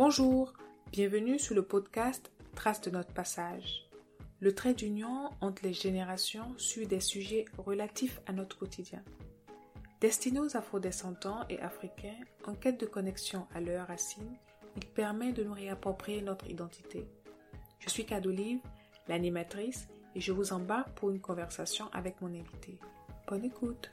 Bonjour, bienvenue sur le podcast Traces de notre passage. Le trait d'union entre les générations sur des sujets relatifs à notre quotidien. Destiné aux afrodescendants et africains en quête de connexion à leurs racines, il permet de nous réapproprier notre identité. Je suis Kadolive, l'animatrice, et je vous embarque pour une conversation avec mon invité. Bonne écoute!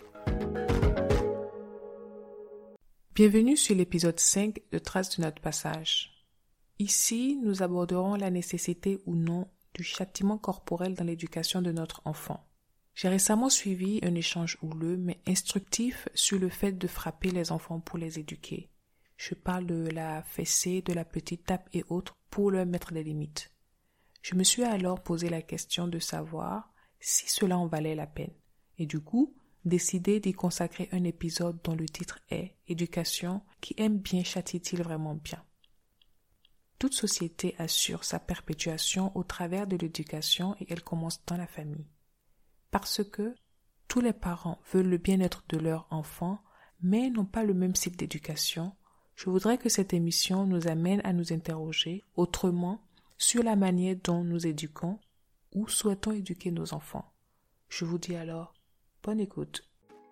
Bienvenue sur l'épisode 5 de Traces de notre passage. Ici, nous aborderons la nécessité ou non du châtiment corporel dans l'éducation de notre enfant. J'ai récemment suivi un échange houleux mais instructif sur le fait de frapper les enfants pour les éduquer. Je parle de la fessée, de la petite tape et autres pour leur mettre des limites. Je me suis alors posé la question de savoir si cela en valait la peine. Et du coup, décidé d'y consacrer un épisode dont le titre est « Éducation, qui aime bien châtie-t-il vraiment bien ?» Toute société assure sa perpétuation au travers de l'éducation et elle commence dans la famille. Parce que tous les parents veulent le bien-être de leurs enfants, mais n'ont pas le même cycle d'éducation, je voudrais que cette émission nous amène à nous interroger autrement sur la manière dont nous éduquons ou souhaitons éduquer nos enfants. Je vous dis alors, bonne écoute.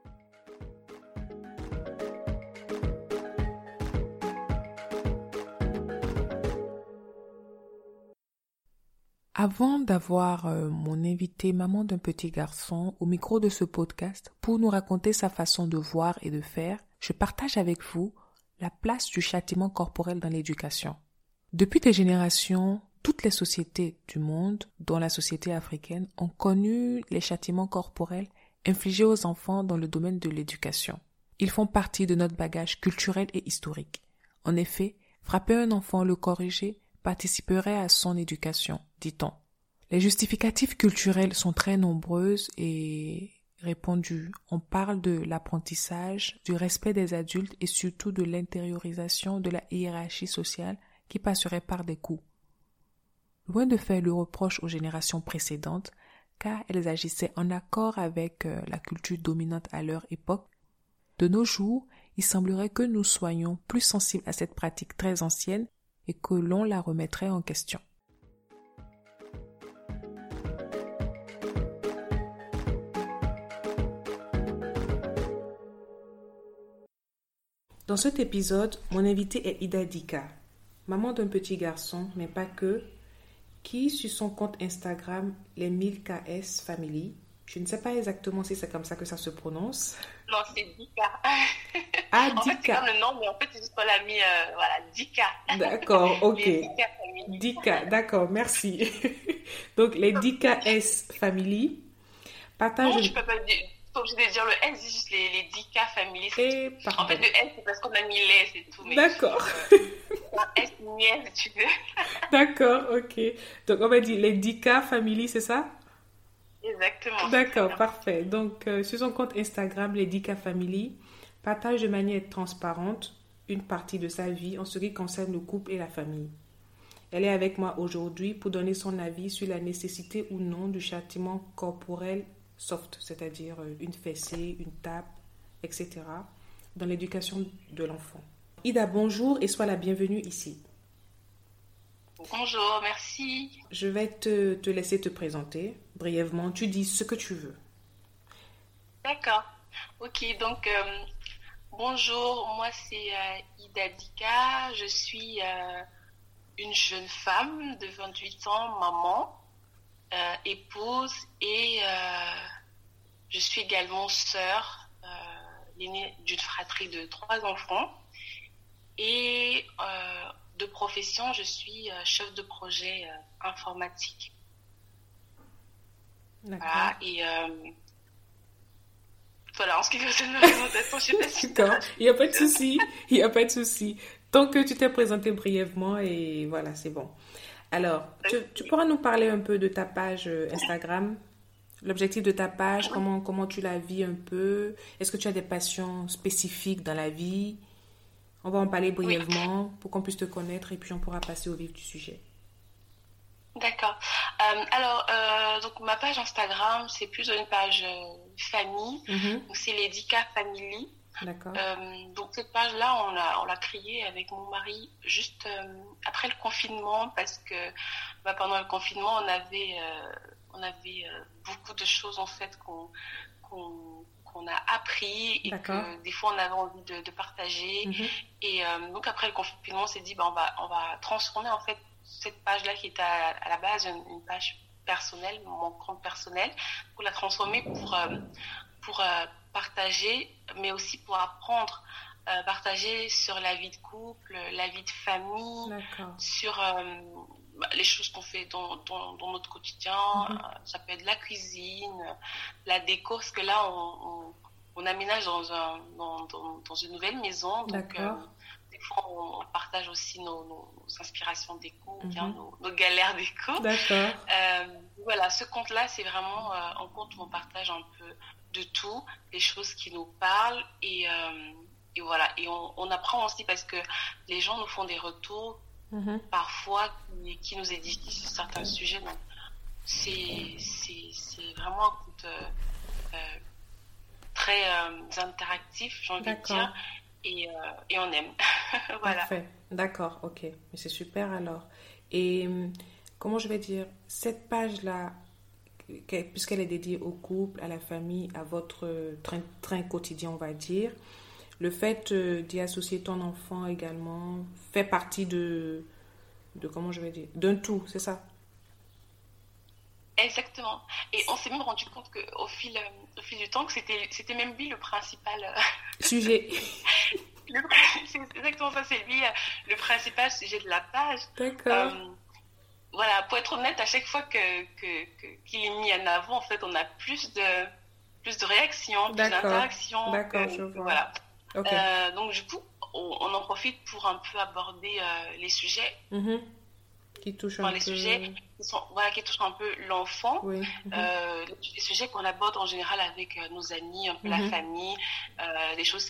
Avant d'avoir mon invité maman d'un petit garçon au micro de ce podcast pour nous raconter sa façon de voir et de faire, je partage avec vous la place du châtiment corporel dans l'éducation. Depuis des générations, toutes les sociétés du monde, dont la société africaine, ont connu les châtiments corporels infligés aux enfants dans le domaine de l'éducation. Ils font partie de notre bagage culturel et historique. En effet, frapper un enfant, le corriger, participerait à son éducation, dit-on. Les justificatifs culturels sont très nombreuses et répandus. On parle de l'apprentissage, du respect des adultes et surtout de l'intériorisation de la hiérarchie sociale qui passerait par des coups. Loin de faire le reproche aux générations précédentes, car elles agissaient en accord avec la culture dominante à leur époque, de nos jours, il semblerait que nous soyons plus sensibles à cette pratique très ancienne et que l'on la remettrait en question. Dans cet épisode, mon invitée est Ida Dika, maman d'un petit garçon, mais pas que, qui, sur son compte Instagram, les 1000KS Family, je ne sais pas exactement si c'est comme ça que ça se prononce. Non, c'est Dika. Ah, en Dika. fait, c'est comme le nom, mais en fait, c'est juste qu'on l'a mis, Dika. D'accord, ok. Les Dika Family. Dika, d'accord, merci. Donc, les Dika S Family partagent... Non, je peux pas dire, pas obligé de dire le N, c'est juste les Dika Family. En fait, le N, c'est parce qu'on a mis les, c'est tout. Mais d'accord. Un S, ni S, si tu veux. D'accord, ok. Donc, on va dire les Dika Family, c'est ça? Exactement. D'accord, parfait. Donc, sur son compte Instagram, les Dika Family partage de manière transparente une partie de sa vie en ce qui concerne le couple et la famille. Elle est avec moi aujourd'hui pour donner son avis sur la nécessité ou non du châtiment corporel soft, c'est-à-dire une fessée, une tape, etc., dans l'éducation de l'enfant. Ida, bonjour et sois la bienvenue ici. Bonjour, merci. Je vais te laisser te présenter brièvement. Tu dis ce que tu veux. D'accord. Ok, donc bonjour, moi c'est Ida Dika. Je suis une jeune femme de 28 ans, maman, épouse et je suis également sœur, l'aînée d'une fratrie de 3 enfants. Et de profession, je suis chef de projet informatique. D'accord. Voilà, et voilà, en ce qui concerne ma présentation, je sais pas si... D'accord, il n'y a pas de souci, il n'y a pas de souci. Tant que tu t'es présenté brièvement et voilà, c'est bon. Alors, tu pourras nous parler un peu de ta page Instagram, l'objectif de ta page, comment tu la vis un peu? Est-ce que tu as des passions spécifiques dans la vie? On va en parler brièvement pour qu'on puisse te connaître et puis on pourra passer au vif du sujet. D'accord. Donc ma page Instagram, c'est plus une page famille. Donc c'est les Dika Family. D'accord. Donc cette page-là, on l'a créée avec mon mari juste après le confinement parce que pendant le confinement, on avait beaucoup de choses en fait qu'on a appris et que des fois on avait envie de partager. Et donc après le confinement, on s'est dit on va transformer en fait cette page-là qui était à la base une page personnelle, mon compte personnel, pour la transformer pour partager, mais aussi pour apprendre, partager sur la vie de couple, la vie de famille, sur les choses qu'on fait dans notre quotidien. Ça peut être la cuisine, la déco, parce que là, on aménage dans une nouvelle maison. Donc, des fois, on partage aussi nos inspirations déco, bien nos galères déco. D'accord. Voilà, ce compte-là, c'est vraiment un compte où on partage un peu de tout, les choses qui nous parlent et voilà. Et on apprend aussi parce que les gens nous font des retours parfois qui nous édifient sur certains sujets. Donc, c'est vraiment un compte très interactif, j'ai envie de dire. Et on aime. Voilà. Parfait. D'accord, ok. Mais c'est super alors. Et comment je vais dire, cette page-là, puisqu'elle est dédiée au couple, à la famille, à votre train quotidien, on va dire, le fait d'y associer ton enfant également fait partie de comment je vais dire, d'un tout, c'est ça? Exactement. Et on s'est même rendu compte qu'au fil du temps, que c'était même lui le principal sujet. C'est exactement ça, c'est lui le principal sujet de la page. D'accord. Voilà, pour être honnête, à chaque fois qu'il est mis en avant, en fait, on a plus de réactions, plus d'interactions. D'accord, je vois. Voilà. Okay. Donc, du coup, on en profite pour un peu aborder les sujets. Qui touchent les sujets qui touchent un peu l'enfant. Oui. Les sujets qu'on aborde en général avec nos amis, un peu la famille, des choses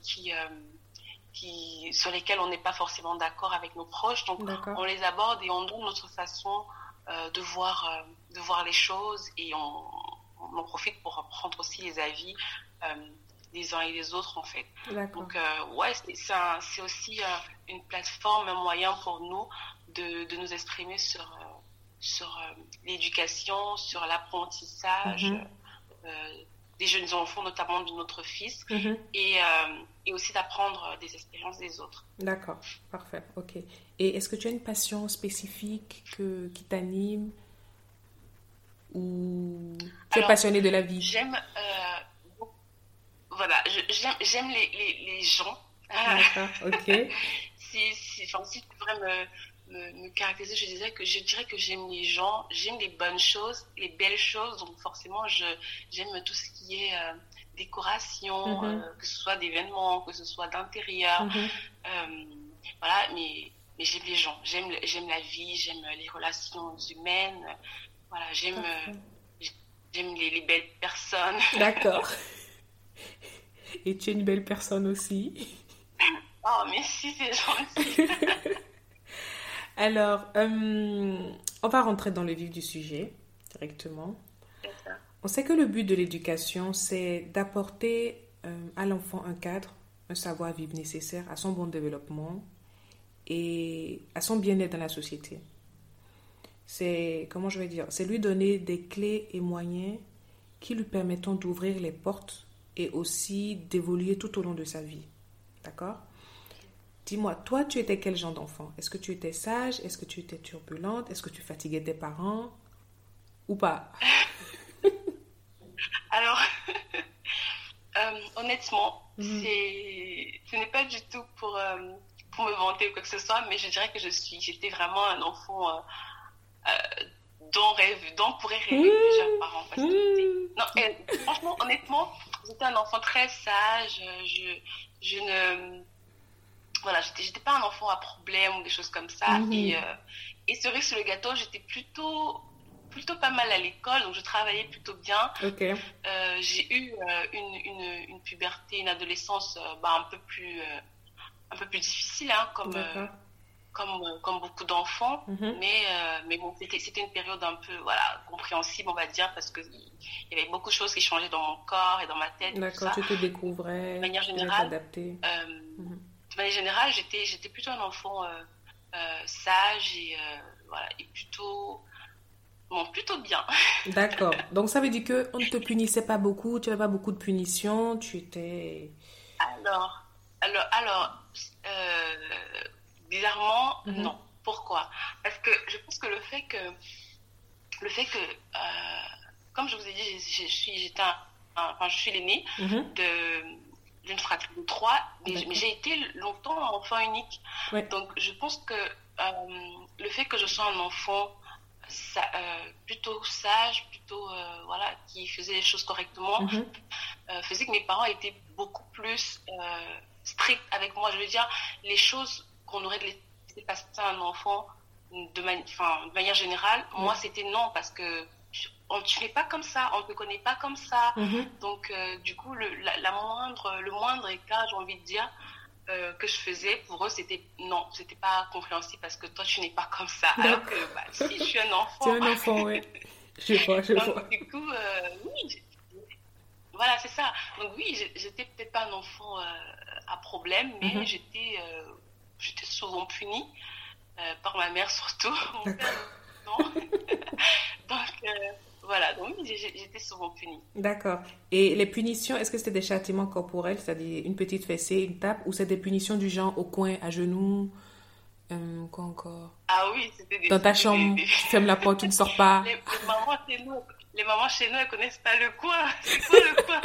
sur lesquelles on n'est pas forcément d'accord avec nos proches. Donc, on les aborde et on donne notre façon de voir les choses et on en profite pour prendre aussi les avis des uns et des autres, en fait. Donc, c'est aussi une plateforme, un moyen pour nous de nous exprimer sur l'éducation, sur l'apprentissage des jeunes enfants, notamment de notre fils, et aussi d'apprendre des expériences des autres. D'accord, parfait, ok. Et est-ce que tu as une passion spécifique qui t'anime ou tu es passionnée de la vie? J'aime les gens. D'accord, ok. Si tu devrais me caractériser, je dirais que j'aime les gens, j'aime les bonnes choses, les belles choses. Donc forcément, j'aime tout ce qui est décoration, que ce soit d'événements, que ce soit d'intérieur. Voilà, mais j'aime les gens, j'aime la vie, j'aime les relations humaines. Voilà, j'aime les belles personnes. D'accord. Et tu es une belle personne aussi. Oh, mais si, c'est gentil. Alors, on va rentrer dans le vif du sujet directement. On sait que le but de l'éducation, c'est d'apporter à l'enfant un cadre, un savoir-vivre nécessaire à son bon développement et à son bien-être dans la société. C'est lui donner des clés et moyens qui lui permettront d'ouvrir les portes et aussi d'évoluer tout au long de sa vie. D'accord ? Dis-moi, toi, tu étais quel genre d'enfant? Est-ce que tu étais sage? Est-ce que tu étais turbulente? Est-ce que tu fatiguais tes parents? Ou pas? Alors, honnêtement, ce n'est pas du tout pour me vanter ou quoi que ce soit, mais je dirais que j'étais vraiment un enfant dont pourraient rêver plusieurs parents. Parce que franchement, honnêtement, j'étais un enfant très sage. J'étais pas un enfant à problème ou des choses comme ça. Et cerise sur le gâteau, j'étais plutôt pas mal à l'école, donc je travaillais plutôt bien. Okay. J'ai eu une puberté, une adolescence un peu plus difficile, hein, comme beaucoup d'enfants, mais bon, c'était une période un peu, voilà, compréhensible, on va dire, parce que il y avait beaucoup de choses qui changeaient dans mon corps et dans ma tête. D'accord, tout ça. tu te découvrais, De manière tu devais générale, t'adapter. de manière générale, j'étais plutôt un enfant sage et voilà, et plutôt bien. D'accord. Donc ça veut dire qu'on ne te punissait pas beaucoup, tu n'avais pas beaucoup de punitions, tu étais... Alors, bizarrement, non. Pourquoi? Parce que je pense que comme je vous ai dit, je suis l'aînée d'une fratrie de 3, mais j'ai été longtemps enfant unique. Ouais. Donc, je pense que le fait que je sois un enfant plutôt sage, plutôt voilà, qui faisait les choses correctement, faisait que mes parents étaient beaucoup plus stricts avec moi. Je veux dire, les choses qu'on aurait laissé passer à un enfant de manière générale, moi c'était non, parce que tu n'es pas comme ça, on ne te connaît pas comme ça. Donc du coup, le moindre écart, j'ai envie de dire, que je faisais, pour eux, c'était pas compréhensible, parce que toi, tu n'es pas comme ça. Alors que si je suis un enfant. Tu es un enfant, oui. Je vois. Donc, du coup, oui, voilà, c'est ça. Donc oui, j'étais peut-être pas un enfant à problème, mais j'étais souvent punie par ma mère surtout. Mon père, non. Donc voilà, donc oui, j'étais souvent punie. D'accord. Et les punitions, est-ce que c'était des châtiments corporels, c'est-à-dire une petite fessée, une tape, ou c'est des punitions du genre au coin, à genoux, quoi encore? Ah oui, c'était dans ta chambre, tu fermes la porte, tu ne sors pas. Les mamans chez nous, elles connaissent pas le coin. C'est quoi le coin?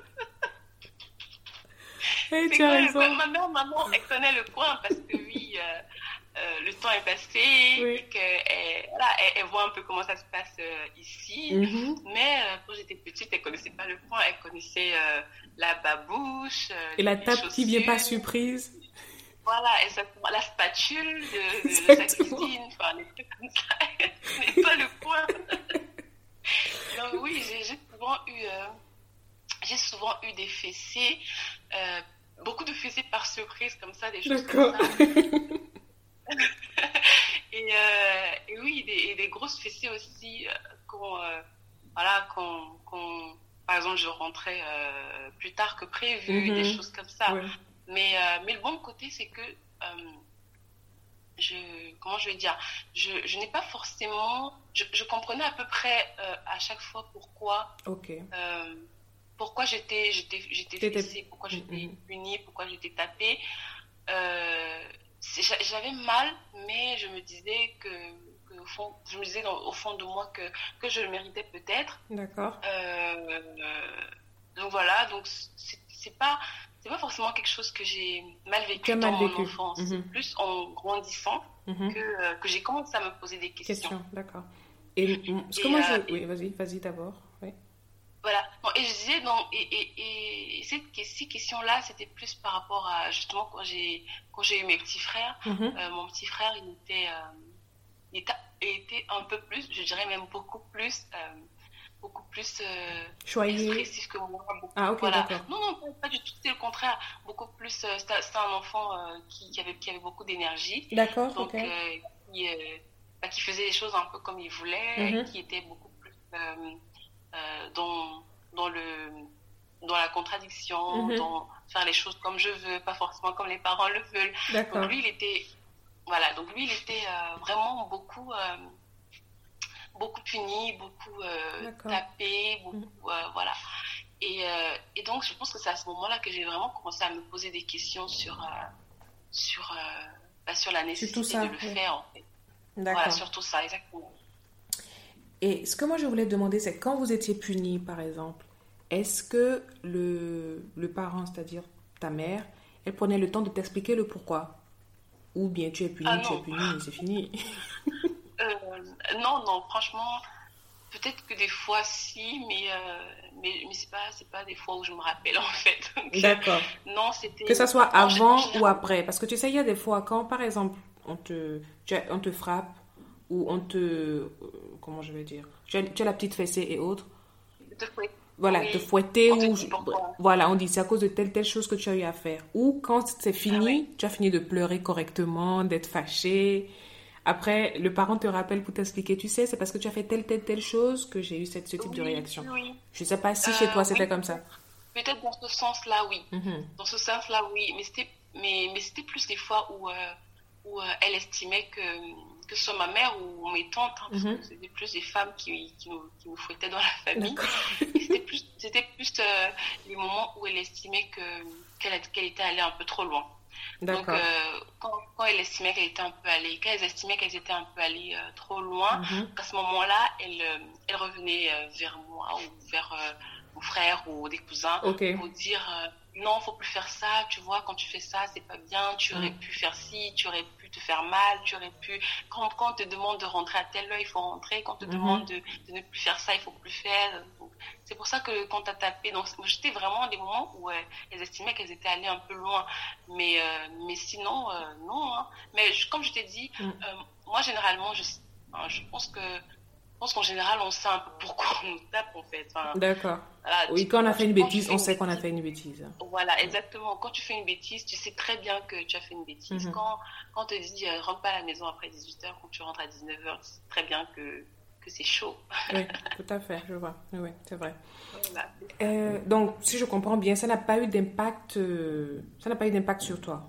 Hey, tu as raison. Ma mère, maman, elle connaît le coin, parce que oui, le temps est passé, et qu'elle voit un peu comment ça se passe ici. Mais quand j'étais petite, elle connaissait pas le coin, elle connaissait la babouche, et la tape qui vient pas surprise. Voilà, exactement. La spatule de sa cuisine, enfin, les trucs comme ça. Elle connaît pas le coin. Donc oui, j'ai souvent eu des fessées, beaucoup de fessées par surprise, comme ça, des choses comme ça. Et oui, des grosses fessées aussi, par exemple, je rentrais plus tard que prévu, des choses comme ça. Ouais. Mais le bon côté, c'est que comment je vais dire, je n'ai pas forcément, je comprenais à peu près à chaque fois pourquoi j'étais fessée, pourquoi j'étais punie, pourquoi j'étais tapée. J'avais mal, mais je me disais au fond de moi que je le méritais peut-être. D'accord. Donc voilà, donc c'est pas forcément quelque chose que j'ai mal vécu dans mon enfance. C'est plus en grandissant que j'ai commencé à me poser des questions. D'accord. Oui, vas-y d'abord. Oui. Voilà. Bon, et je disais, et ces questions-là, c'était plus par rapport à, justement, quand j'ai eu mes petits frères. Mon petit frère, il était un peu plus, je dirais même beaucoup plus expressif que moi. Ah, ok, voilà. d'accord. Non, pas du tout, c'est le contraire. Beaucoup plus, c'était un enfant qui avait beaucoup d'énergie. D'accord, donc, qui faisait les choses un peu comme il voulait, qui était beaucoup plus dans la contradiction, dans faire les choses comme je veux, pas forcément comme les parents le veulent. D'accord. Donc lui, il était vraiment beaucoup puni, beaucoup tapé, beaucoup voilà. Et donc je pense que c'est à ce moment-là que j'ai vraiment commencé à me poser des questions sur la nécessité de le faire, en fait. D'accord. Voilà, surtout ça, exactement. Et ce que moi je voulais te demander, c'est quand vous étiez puni, par exemple, est-ce que le parent, c'est-à-dire ta mère, elle prenait le temps de t'expliquer le pourquoi? Ou bien tu es puni, et c'est fini? Non, franchement, peut-être que des fois si, mais c'est pas des fois où je me rappelle, en fait. Donc, d'accord. Non, c'était... Que ça soit avant ou après. Parce que tu sais, il y a des fois, quand par exemple, on te frappe, ou on te... comment je vais dire? Tu as la petite fessée et autres. voilà, Oui. te fouetter On te ou dit pourquoi. voilà, on dit c'est à cause de telle chose que tu as eu à faire. Ou quand c'est Ah ouais. fini, tu as fini de pleurer correctement, d'être fâché. Après, le parent te rappelle pour t'expliquer, tu sais, c'est parce que tu as fait telle chose que j'ai eu ce type de Oui, réaction. oui, oui. Je sais pas si chez toi c'était Oui, comme ça. peut-être dans ce sens-là, oui. Mhm. Dans ce sens-là, oui. Mais c'était plus les fois où elle estimait que ce soit ma mère ou mes tantes, hein, parce que Mhm. c'était plus des femmes qui nous fouettaient dans la famille. D'accord. Et c'était plus les moments où elle estimait qu'elle était allée un peu trop loin. Donc, D'accord. quand elle estimait qu'elle était un peu allée, quand elles estimaient qu'elles étaient un peu allées trop loin, Mhm. à ce moment-là, elle revenait vers moi ou vers mon frère ou des cousins Ok. pour dire non, faut plus faire ça, tu vois, quand tu fais ça, c'est pas bien, tu aurais Mm. pu faire ci, tu aurais pu te faire mal, tu aurais pu. Quand on te demande de rentrer à telle heure, il faut rentrer, quand on te demande Mhm. de ne plus faire ça, il faut plus faire. Donc, c'est pour ça que quand t'as tapé, donc j'étais vraiment à des moments où elles estimaient qu'elles étaient allées un peu loin. Mais sinon, non. Hein. Mais comme je t'ai dit, Mm. moi, généralement, enfin, je pense qu'en général, on sait un peu pourquoi on nous tape, en fait. Enfin, D'accord. voilà, Oui, quand on a fait une quand tu bêtise, fais on une sait qu'on a bêtise, fait une bêtise. voilà, exactement. Quand tu fais une bêtise, tu sais très bien que tu as fait une bêtise. Mhm. Quand on te dit rentre pas à la maison après 18h, quand tu rentres à 19h, tu sais très bien que c'est chaud. Oui, tout à fait, je vois. Oui, oui, c'est vrai. Voilà, c'est ça. Donc, si je comprends bien, ça n'a pas eu d'impact sur toi,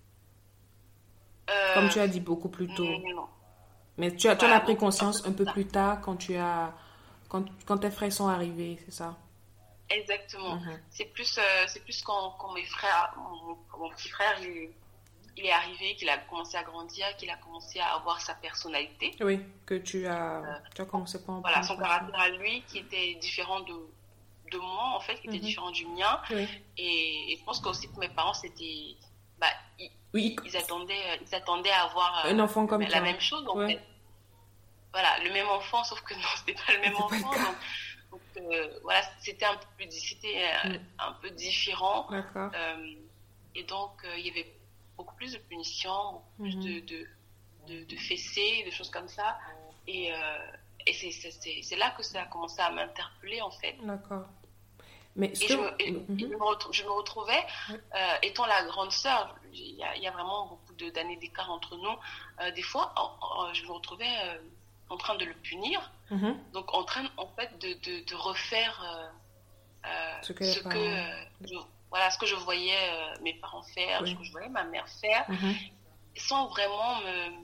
comme Euh, tu as dit beaucoup plus tôt. non. Mais tu en as Voilà, pris donc un peu conscience un plus peu tard. plus tard quand tes frères sont arrivés, c'est ça? Exactement. Mhm. C'est plus quand mes frères, mon petit frère, il est arrivé, qu'il a commencé à grandir, qu'il a commencé à avoir sa personnalité. Oui, que Euh, tu as commencé par en voilà, prendre son conscience. caractère à lui qui était différent de moi, en fait, qui était Mhm. différent du mien. Oui. Et je pense qu'aussi pour mes parents, bah, ils, Oui, ils attendaient à avoir un enfant comme la toi. même chose, en Ouais, fait. Voilà, le même enfant, sauf que non, c'était pas le même c'est pas le enfant. cas. Donc, voilà, c'était Mm. un peu différent. D'accord. Euh, et donc, il y avait beaucoup plus de punitions, beaucoup plus Mhm. de fessées, de choses comme ça. Et, c'est là que ça a commencé à m'interpeller, en fait. D'accord. Mais ce Et que... je Mhm. je me retrouvais, Ouais. étant la grande sœur, il y a vraiment beaucoup d'années d'écart entre nous. Des fois, je me retrouvais en train de le punir, Mhm. donc en train en fait de refaire Ce que les ce que parents... voilà, ce que je voyais mes parents faire, ce Oui. que je voyais ma mère faire, Mhm. sans vraiment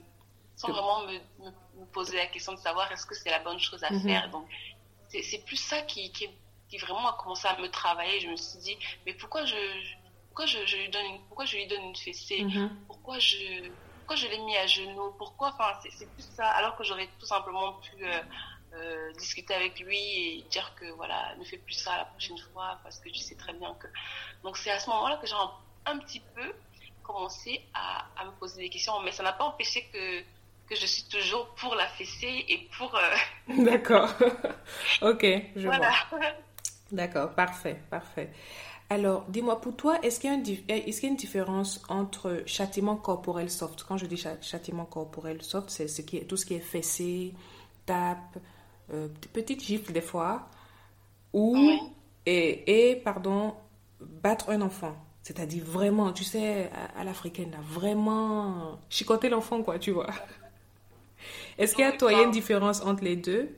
me poser la question de savoir est-ce que c'est la bonne chose à Mhm. faire. Donc c'est plus ça qui vraiment a commencé à me travailler. Je me suis dit, mais pourquoi je lui donne une fessée? Mhm. Pourquoi je l'ai mis à genoux? Pourquoi, enfin, c'est plus ça, alors que j'aurais tout simplement pu discuter avec lui et dire que voilà, ne fais plus ça la prochaine fois parce que tu sais très bien que. Donc c'est à ce moment-là que j'ai un petit peu commencé à me poser des questions, mais ça n'a pas empêché que je suis toujours pour la fessée et pour D'accord. Ok, je voilà. vois. D'accord, parfait, parfait. Alors, dis-moi, pour toi, est-ce qu'il y a une différence entre châtiment corporel soft? Quand je dis châtiment corporel soft, c'est tout ce qui est fessé, tape, petite gifle des fois, ou, Oui. pardon, battre un enfant. C'est-à-dire vraiment, tu sais, à l'africaine, là, vraiment chicoter l'enfant, quoi, tu vois. Est-ce qu'il y a, Oui, toi, il y a une enfin, différence entre les deux?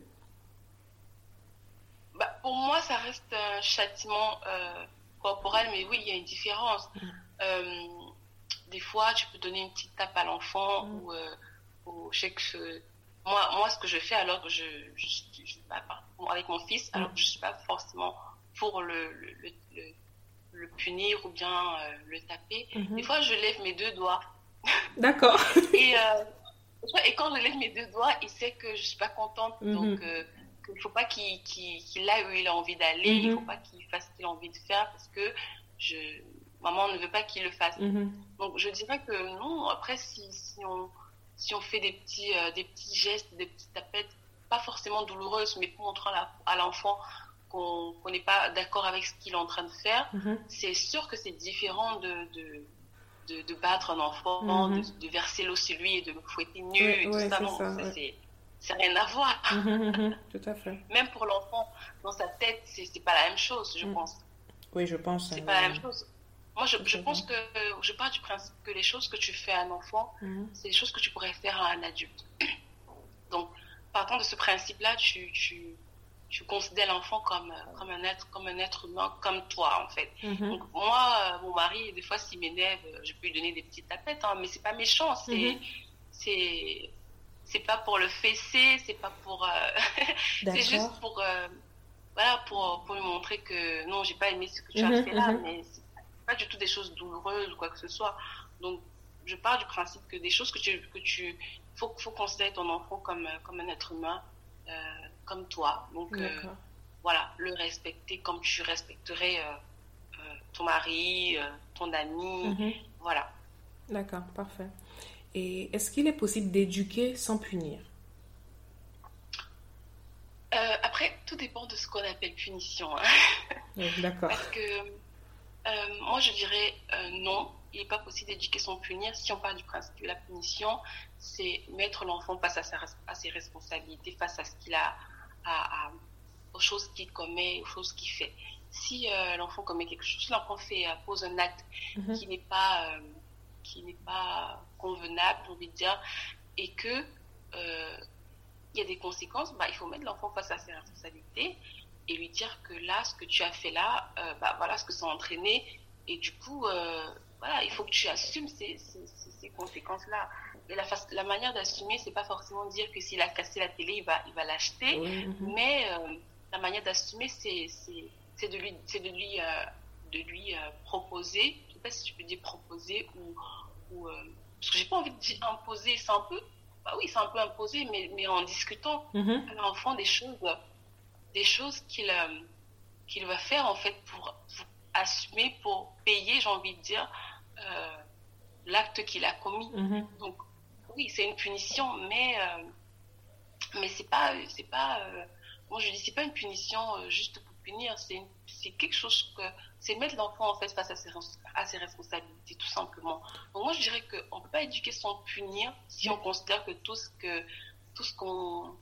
bah, pour moi, ça reste un châtiment corporel, mais oui, il y a une différence. Euh, des fois, tu peux donner une petite tape à l'enfant ou je sais que moi, ce que je fais alors que je suis pas avec mon fils, alors que je suis pas forcément pour le punir ou bien le taper. Des Mhm. fois, je lève mes deux doigts D'accord. et et quand je lève mes deux doigts, il sait que je suis pas contente. Donc, Mhm. qu'il faut pas qu'il aille où il a envie d'aller. Il faut Mhm. pas qu'il fasse ce qu'il a envie de faire parce que je, maman ne veut pas qu'il le fasse. Mhm. Donc, je dirais que non. Après, si on fait des petits gestes, des petites tapettes, pas forcément douloureuses, mais pour montrer à l'enfant qu'on n'est pas d'accord avec ce qu'il est en train de faire, Mhm. c'est sûr que c'est différent de battre un enfant, Mhm. de verser l'eau sur lui et de le fouetter Ouais, nu et tout ouais, ça. c'est Non, ça. Ouais. c'est c'est rien à voir. Tout à fait. Même pour l'enfant, dans sa tête, c'est pas la même chose, je pense. Oui, je pense. C'est pas la même chose. Moi, je pense que je pars du principe que les choses que tu fais à un enfant, c'est des choses que tu pourrais faire à un adulte. Donc, partant de ce principe-là, tu considères l'enfant comme un être humain, comme toi, en fait. Donc, moi, mon mari, des fois, s'il m'énerve, je peux lui donner des petites tapettes, hein, mais c'est pas méchant, c'est pas pour le fesser, c'est pas pour... c'est juste pour... voilà, pour lui montrer que non, j'ai pas aimé ce que tu as fait là, mais c'est pas du tout des choses douloureuses ou quoi que ce soit. Donc, je pars du principe que des choses faut considérer ton enfant comme un être humain, comme toi. Donc, voilà, le respecter comme tu respecterais ton mari, ton ami, voilà. D'accord, parfait. Et est-ce qu'il est possible d'éduquer sans punir? Après, tout dépend de ce qu'on appelle punition. Hein. Oui, d'accord. Parce que moi, je dirais non, il n'est pas possible d'éduquer sans punir. Si on part du principe de la punition, c'est mettre l'enfant face à ses responsabilités, face à ce qu'il a, aux choses qu'il commet, aux choses qu'il fait. Si l'enfant commet quelque chose, si l'enfant pose un acte qui n'est pas convenable, j'ai envie de dire, et que il y a des conséquences, il faut mettre l'enfant face à ses responsabilités et lui dire que là, ce que tu as fait là, voilà ce que ça a entraîné. Et du coup, voilà, il faut que tu assumes ces conséquences-là. Et la manière d'assumer, c'est pas forcément dire que s'il a cassé la télé, il va l'acheter. Mais la manière d'assumer, c'est de lui proposer, je sais pas si tu peux dire proposer ou parce que j'ai pas envie de dire imposer, c'est un peu... oui, c'est un peu imposé, mais en discutant à l'enfant des choses qu'il va faire en fait pour assumer, pour payer, j'ai envie de dire, l'acte qu'il a commis. Donc oui, c'est une punition, mais c'est pas moi je dis c'est pas une punition juste pour punir, c'est quelque chose c'est mettre l'enfant en fait face à ses responsabilités, tout simplement. Donc moi je dirais qu'on peut pas éduquer sans punir si on considère que tout ce qu'on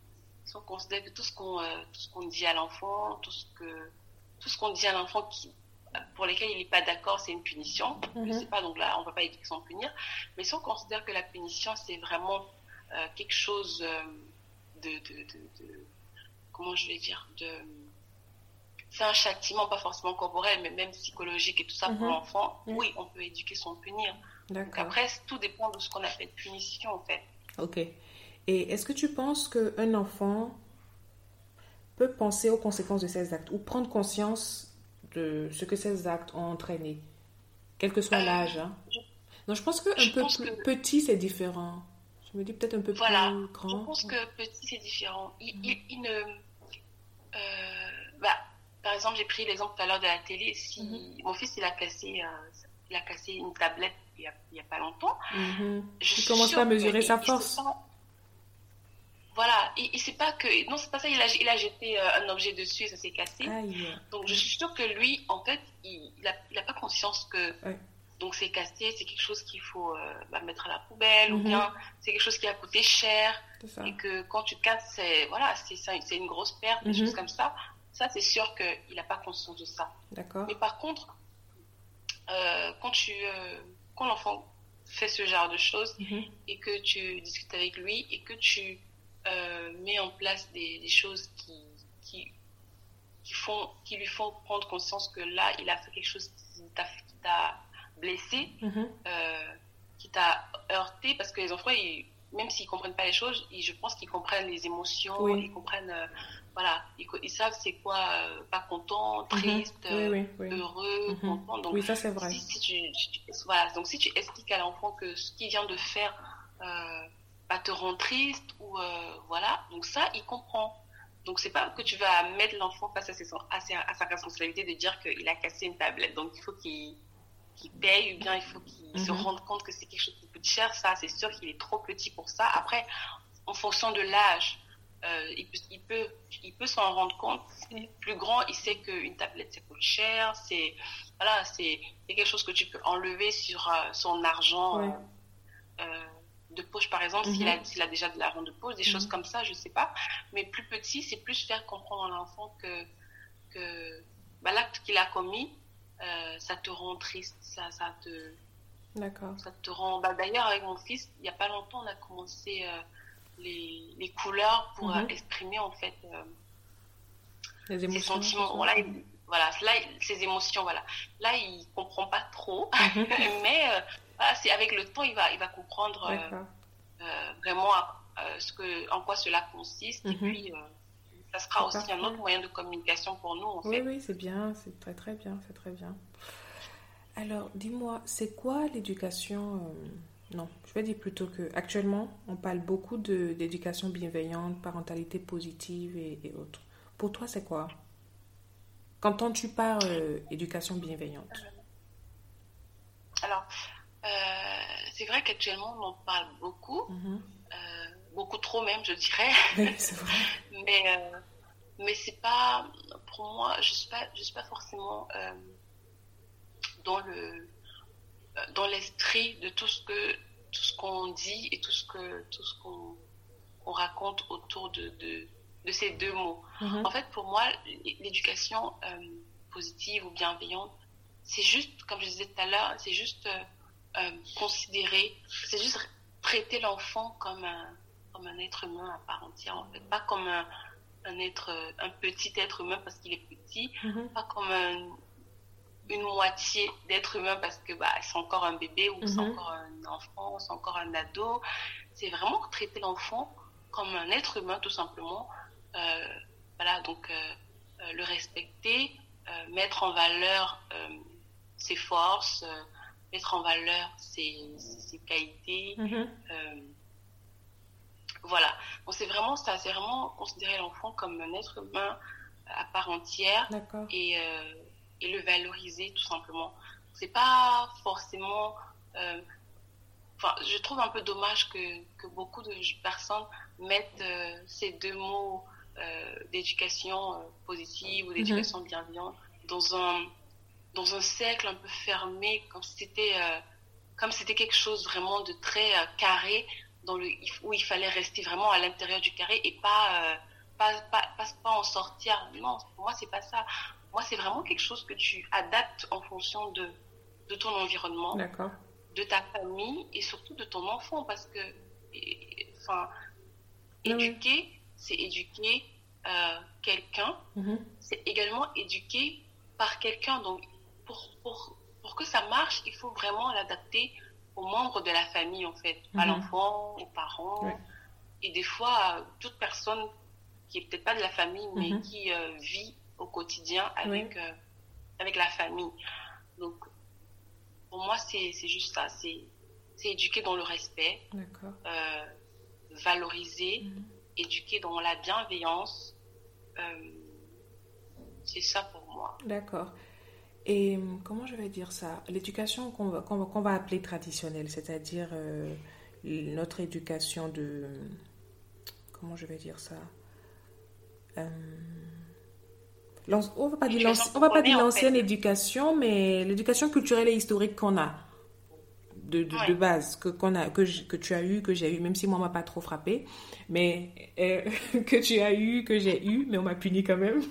dit à l'enfant, tout ce qu'on dit à l'enfant pour lesquels il n'est pas d'accord, c'est une punition. Je sais pas, donc là on peut pas éduquer sans punir. Mais si on considère que la punition c'est vraiment quelque chose de comment je vais dire, c'est un châtiment, pas forcément corporel, mais même psychologique et tout ça pour l'enfant, oui, on peut éduquer sans punir. Donc après, tout dépend de ce qu'on appelle punition, en fait. Ok. Et est-ce que tu penses qu'un enfant peut penser aux conséquences de ses actes ou prendre conscience de ce que ses actes ont entraîné, quel que soit l'âge, hein? Non, je pense qu'un peu plus petit, c'est différent. Je me dis peut-être un peu plus grand. Je pense que petit, c'est différent. Il ne... par exemple, j'ai pris l'exemple tout à l'heure de la télé. Si mon fils, il a cassé une tablette il y a pas longtemps. Il commence à mesurer sa force. Voilà, et c'est pas que... Non, c'est pas ça, il a jeté un objet dessus et ça s'est cassé. Donc, je suis sûre que lui, en fait, il a pas conscience que... Donc, c'est cassé, c'est quelque chose qu'il faut mettre à la poubelle, ou bien c'est quelque chose qui a coûté cher. Et que quand tu casses, c'est une grosse perte, des choses comme ça. Ça, c'est sûr qu'il n'a pas conscience de ça. D'accord. Mais par contre, quand l'enfant fait ce genre de choses et que tu discutes avec lui et que tu mets en place des choses qui lui font prendre conscience que là, il a fait quelque chose qui t'a blessé, qui t'a heurté, parce que les enfants, même s'ils ne comprennent pas les choses, je pense qu'ils comprennent les émotions, ils comprennent, ils savent c'est quoi, pas content, triste, heureux, content. Donc, oui, ça c'est vrai. Donc si tu expliques à l'enfant que ce qu'il vient de faire te rend triste, ou donc ça, il comprend. Donc c'est pas que tu vas mettre l'enfant face à sa responsabilité de dire qu'il a cassé une tablette, donc il faut qu'il paye, ou bien il faut qu'il se rende compte que c'est quelque chose qui coûte cher. Ça, c'est sûr qu'il est trop petit pour ça. Après, en fonction de l'âge, il peut s'en rendre compte. Plus grand, il sait qu'une tablette, ça coûte cher. C'est quelque chose que tu peux enlever sur son argent de poche, par exemple, s'il a déjà de l'argent de poche, des choses comme ça, je sais pas. Mais plus petit, c'est plus faire comprendre à l'enfant que l'acte qu'il a commis, ça te rend triste, D'accord. ça te rend... d'ailleurs, avec mon fils, il n'y a pas longtemps, on a commencé les couleurs pour exprimer, en fait, les émotions, ses sentiments. Ses émotions, voilà. Là, il ne comprend pas trop, mais c'est avec le temps, il va comprendre vraiment en quoi cela consiste. Et puis, ça sera aussi un autre moyen de communication pour nous, en fait. Oui, c'est bien, c'est très, très bien, c'est très bien. Alors, dis-moi, c'est quoi l'éducation Non, je vais dire plutôt que actuellement, on parle beaucoup d'éducation bienveillante, parentalité positive et autres. Pour toi, c'est quoi? Quand tu parles éducation bienveillante? Alors, c'est vrai qu'actuellement, on en parle beaucoup, beaucoup trop même, je dirais. Oui, c'est vrai. Mais c'est pas, pour moi, je suis pas forcément dans l'esprit de tout ce qu'on dit et tout ce qu'on raconte autour de ces deux mots. En fait, pour moi, l'éducation positive ou bienveillante, c'est juste, comme je disais tout à l'heure, c'est juste considérer, c'est juste traiter l'enfant comme un être humain à part entière, en fait. Pas comme un petit être humain parce qu'il est petit, pas comme une moitié d'être humain parce que c'est encore un bébé ou c'est encore un enfant, c'est encore un ado. C'est vraiment traiter l'enfant comme un être humain, tout simplement. Donc le respecter, mettre en valeur ses forces, mettre en valeur ses qualités. Voilà. Donc c'est vraiment ça, c'est vraiment considérer l'enfant comme un être humain à part entière et le valoriser tout simplement. C'est pas forcément... je trouve un peu dommage que beaucoup de personnes mettent ces deux mots d'éducation positive ou d'éducation bienveillante dans un cercle un peu fermé, comme si c'était quelque chose vraiment de très carré, où il fallait rester vraiment à l'intérieur du carré et pas en sortir. Non, pour moi, c'est pas ça. Moi, c'est vraiment quelque chose que tu adaptes en fonction de ton environnement, de ta famille et surtout de ton enfant, parce que éduquer, c'est éduquer quelqu'un, c'est également éduquer par quelqu'un. Donc, pour que ça marche, il faut vraiment l'adapter aux membres de la famille, en fait, à l'enfant, aux parents, et des fois, toute personne qui est peut-être pas de la famille, mais qui vit au quotidien avec la famille. Donc, pour moi, c'est juste ça, c'est éduquer dans le respect, valoriser, éduquer dans la bienveillance, c'est ça pour moi. D'accord. Et comment je vais dire ça? L'éducation qu'on va appeler traditionnelle, c'est-à-dire notre éducation de... Comment je vais dire ça? On va pas dire l'ancienne éducation, mais l'éducation culturelle et historique qu'on a de base, que tu as eu, que j'ai eu, même si moi on m'a pas trop frappé, mais que tu as eu, que j'ai eu, mais on m'a puni quand même.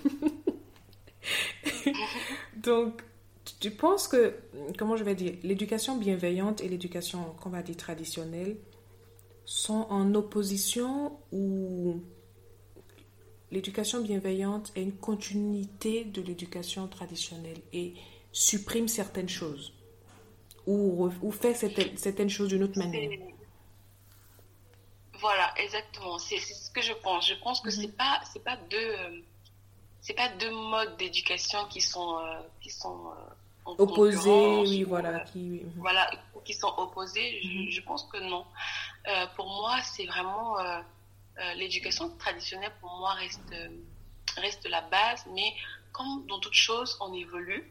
Donc, tu penses que, comment je vais dire, l'éducation bienveillante et l'éducation qu'on va dire traditionnelle sont en opposition, ou l'éducation bienveillante est une continuité de l'éducation traditionnelle et supprime certaines choses ou fait certaines choses d'une autre manière? Voilà, exactement. C'est ce que je pense. Je pense que c'est pas deux modes d'éducation qui sont en opposés, oui, voilà, qui sont opposés. Je pense que non. Pour moi, c'est vraiment l'éducation traditionnelle. Pour moi, reste la base, mais comme dans toute chose, on évolue.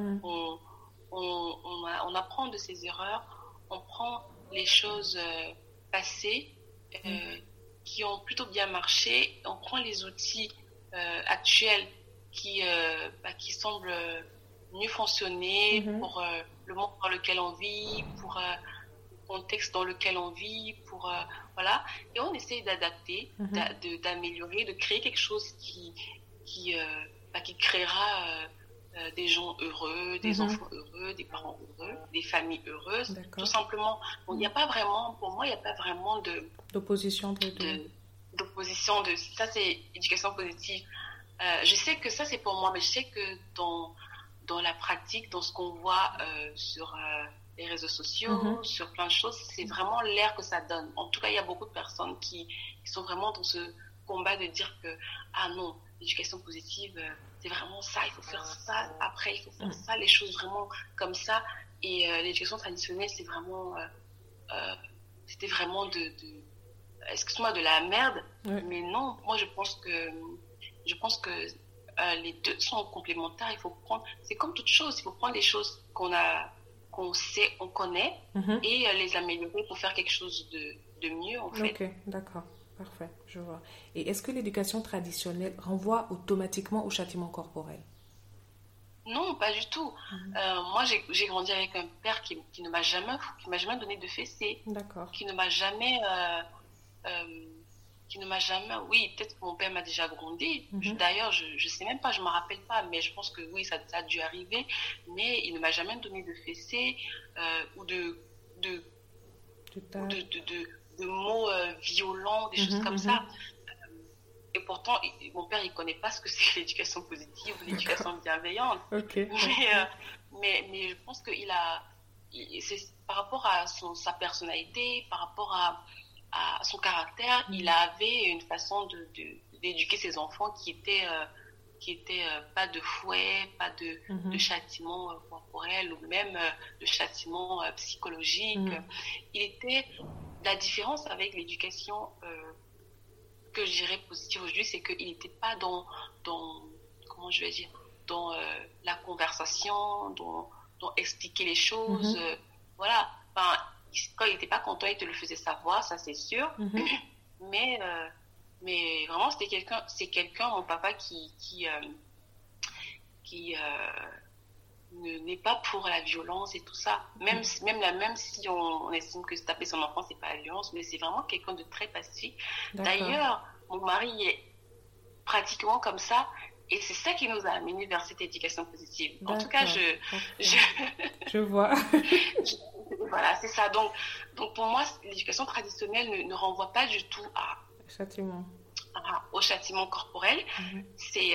On apprend de ses erreurs, on prend les choses passées qui ont plutôt bien marché, on prend les outils actuels qui semblent mieux fonctionner pour le monde dans lequel on vit, pour contexte dans lequel on vit, voilà. Et on essaie d'adapter, d'améliorer, de créer quelque chose qui créera des gens heureux, des enfants heureux, des parents heureux, des familles heureuses. D'accord. Tout simplement. Bon, il n'y a pas vraiment, pour moi, il n'y a pas vraiment d'opposition d'opposition de ça, c'est éducation positive. Je sais que ça, c'est pour moi, mais je sais que dans la pratique, dans ce qu'on voit sur les réseaux sociaux, sur plein de choses, c'est vraiment l'air que ça donne. En tout cas, il y a beaucoup de personnes qui sont vraiment dans ce combat de dire que, ah non, l'éducation positive, c'est vraiment ça, il faut faire ça, après il faut faire ça, les choses vraiment comme ça. Et l'éducation traditionnelle, c'est vraiment, c'était vraiment excuse-moi, de la merde. Oui. Mais non, moi je pense que les deux sont complémentaires. Il faut prendre, c'est comme toute chose, il faut prendre les choses qu'on sait, on connaît, et les améliorer pour faire quelque chose de mieux, en fait. Ok, d'accord, parfait, je vois. Et est-ce que l'éducation traditionnelle renvoie automatiquement au châtiment corporel? Non, pas du tout. Moi, j'ai grandi avec un père qui ne m'a jamais donné de fessée. D'accord. Qui ne m'a jamais... oui, peut-être que mon père m'a déjà grondé. D'ailleurs, je sais même pas, je me rappelle pas, mais je pense que oui, ça a dû arriver. Mais il ne m'a jamais donné de fessée ou de mots violents, des choses comme ça. Et pourtant, mon père, il connaît pas ce que c'est l'éducation positive ou l'éducation bienveillante. Okay. Mais je pense que c'est par rapport à sa personnalité, par rapport à son caractère, il avait une façon d'éduquer ses enfants qui était pas de fouet, pas de châtiment corporel ou même de châtiment psychologique. La différence avec l'éducation que je dirais positive aujourd'hui, c'est qu'il n'était pas dans comment je vais dire, dans la conversation, dans expliquer les choses. Voilà. Enfin, quand il n'était pas content, il te le faisait savoir, ça c'est sûr. Mais vraiment, c'est quelqu'un, mon papa, qui n'est pas pour la violence et tout ça. Même si on estime que taper son enfant, c'est pas la violence, mais c'est vraiment quelqu'un de très pacifique. D'ailleurs, mon mari est pratiquement comme ça. Et c'est ça qui nous a amenés vers cette éducation positive. En tout cas, je vois. Voilà, c'est ça. Donc pour moi, l'éducation traditionnelle ne renvoie pas du tout au châtiment corporel. C'est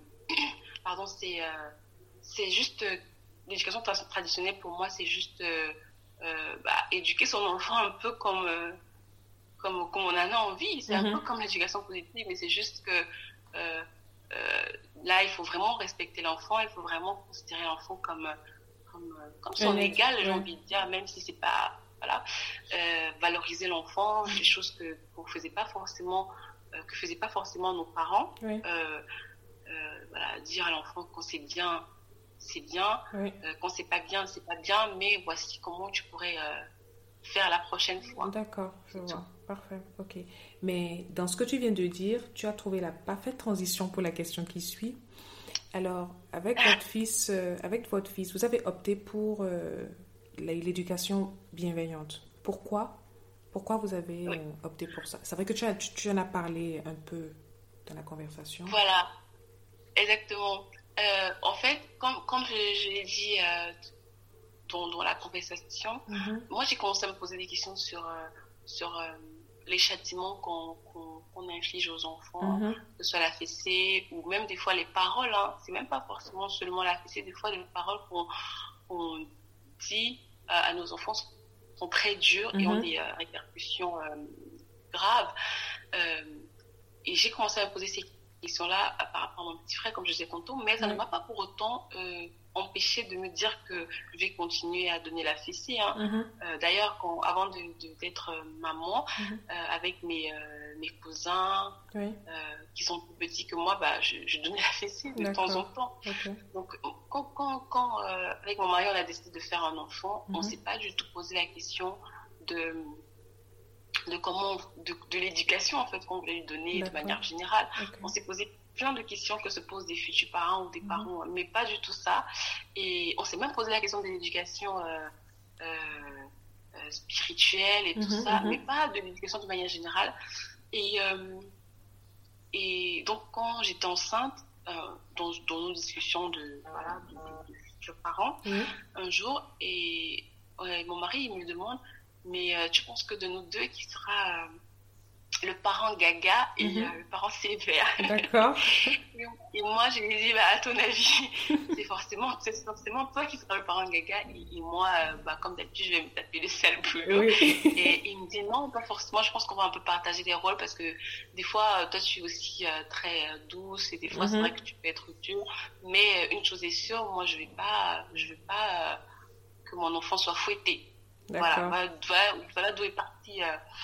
juste l'éducation traditionnelle pour moi, c'est juste éduquer son enfant un peu comme on en a envie. C'est un peu comme l'éducation positive, mais c'est juste que là, il faut vraiment respecter l'enfant, il faut vraiment considérer l'enfant comme son égal, j'ai envie de dire, même si c'est pas, voilà, valoriser l'enfant, des choses que faisaient pas forcément nos parents. Voilà, dire à l'enfant quand c'est bien, quand c'est pas bien, mais voici comment tu pourrais faire la prochaine fois. D'accord, je vois. Parfait, ok. Mais dans ce que tu viens de dire, tu as trouvé la parfaite transition pour la question qui suit. Alors, avec votre fils, vous avez opté pour l'éducation bienveillante. Pourquoi vous avez opté pour ça? C'est vrai que tu en as parlé un peu dans la conversation. Voilà, exactement. En fait, comme je l'ai dit dans la conversation, moi j'ai commencé à me poser des questions sur les châtiments qu'on inflige aux enfants, que ce soit la fessée ou même des fois les paroles. C'est même pas forcément seulement la fessée, des fois les paroles qu'on dit à nos enfants sont très dures et ont des répercussions graves. Et j'ai commencé à me poser ces questions-là par rapport à mon petit frère, comme je disais tantôt, mais ça ne m'a pas pour autant empêché de me dire que je vais continuer à donner la fessée. D'ailleurs, avant d'être maman, avec mes cousins qui sont plus petits que moi, je donnais la fessée de temps en temps. Donc, quand avec mon mari, on a décidé de faire un enfant, on ne s'est pas du tout posé la question de l'éducation en fait qu'on voulait lui donner de manière générale. On s'est posé plein de questions que se posent des futurs parents ou des parents, mais pas du tout ça. Et on s'est même posé la question de l'éducation spirituelle et tout ça, mais pas de l'éducation de manière générale. Et donc, quand j'étais enceinte, dans nos discussions de futurs parents, un jour, et mon mari, il me demande, mais tu penses que de nous deux, qui sera le parent gaga et le parent sévère? D'accord. Et moi, je lui ai dit, à ton avis, c'est forcément toi qui seras le parent gaga. Et moi, comme d'habitude, je vais me taper le sale boulot. Oui. Et il me dit, non, pas forcément. Je pense qu'on va un peu partager les rôles parce que des fois, toi, tu es aussi très douce et des fois, c'est vrai que tu peux être dure. Mais une chose est sûre, moi, je vais pas que mon enfant soit fouetté. D'accord. Voilà d'où est partie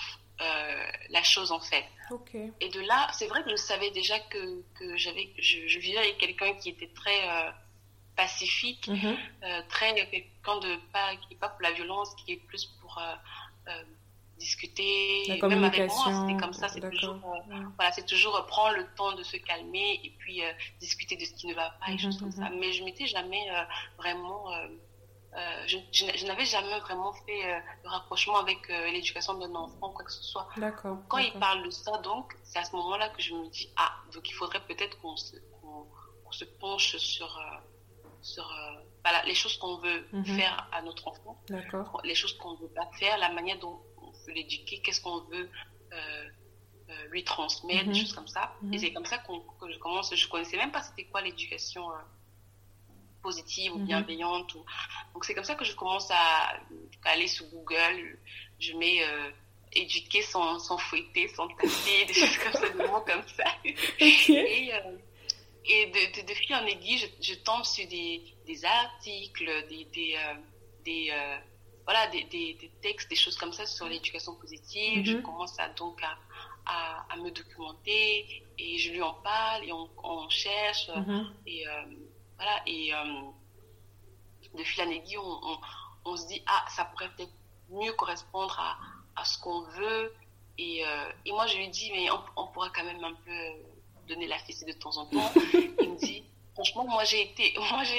la chose en fait. Okay. Et de là, c'est vrai que je savais déjà que je vivais avec quelqu'un qui était très pacifique, très quelqu'un qui n'est pas pour la violence, qui est plus pour discuter. La même avec moi, communication. c'était comme ça. C'est toujours prendre le temps de se calmer et puis discuter de ce qui ne va pas et choses comme ça. Mais je m'étais jamais vraiment je n'avais jamais vraiment fait le rapprochement avec l'éducation d'un enfant, quoi que ce soit. D'accord. Quand il parle de ça, donc, c'est à ce moment-là que je me dis, donc il faudrait peut-être qu'on se penche sur les choses qu'on veut faire à notre enfant, les choses qu'on ne veut pas faire, la manière dont on veut l'éduquer, qu'est-ce qu'on veut lui transmettre, des choses comme ça. Et c'est comme ça que je commence. Je ne connaissais même pas c'était quoi l'éducation positive ou bienveillante. Donc c'est comme ça que je commence à aller sur Google, je mets éduquer sans fouetter, sans taper, des choses comme ça, des mots comme ça. Okay. Et de fil en aiguille, je tombe sur des articles, des textes, des choses comme ça sur l'éducation positive. Je commence à me documenter et je lui en parle et on cherche et de fil en aiguille, on se dit ça pourrait peut-être mieux correspondre à ce qu'on veut et moi je lui dis mais on pourra quand même un peu donner la fessée de temps en temps. Il me dit franchement moi j'ai été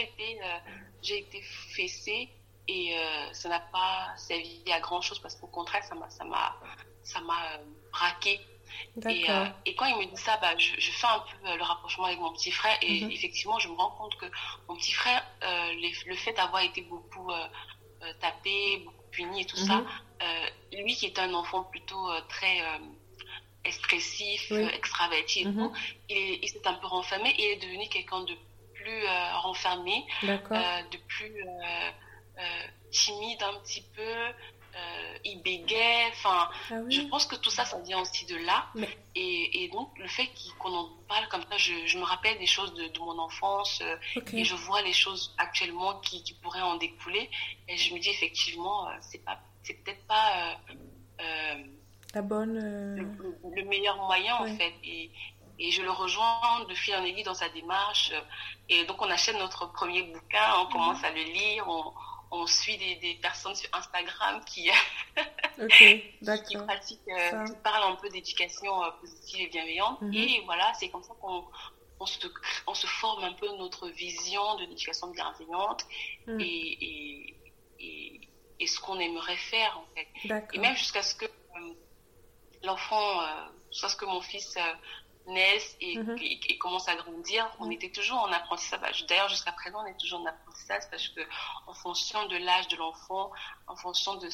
fessée et ça n'a pas servi à grand chose parce qu'au contraire ça m'a braqué. Et quand il me dit ça, je fais un peu le rapprochement avec mon petit frère et effectivement je me rends compte que mon petit frère, le fait d'avoir été beaucoup tapé, beaucoup puni et tout ça, lui qui est un enfant plutôt très expressif, extraverti et tout, il s'est un peu renfermé et est devenu quelqu'un de plus renfermé, de plus timide un petit peu. Il bégait, je pense que tout ça vient aussi de là. Et donc le fait qu'on en parle comme ça, je me rappelle des choses de mon enfance et je vois les choses actuellement qui pourraient en découler et je me dis effectivement c'est peut-être pas la bonne le meilleur moyen en fait et je le rejoins de fil en aiguille dans sa démarche et donc on achète notre premier bouquin, on commence à le lire, on suit des personnes sur Instagram qui pratiquent, qui parlent un peu d'éducation positive et bienveillante. Et voilà, c'est comme ça qu'on se forme un peu notre vision de l'éducation bienveillante et ce qu'on aimerait faire en fait. Et même jusqu'à ce que jusqu'à ce que mon fils naissent et commencent à grandir, on était toujours en apprentissage. D'ailleurs, jusqu'à présent, on est toujours en apprentissage parce que en fonction de l'âge de l'enfant, en fonction de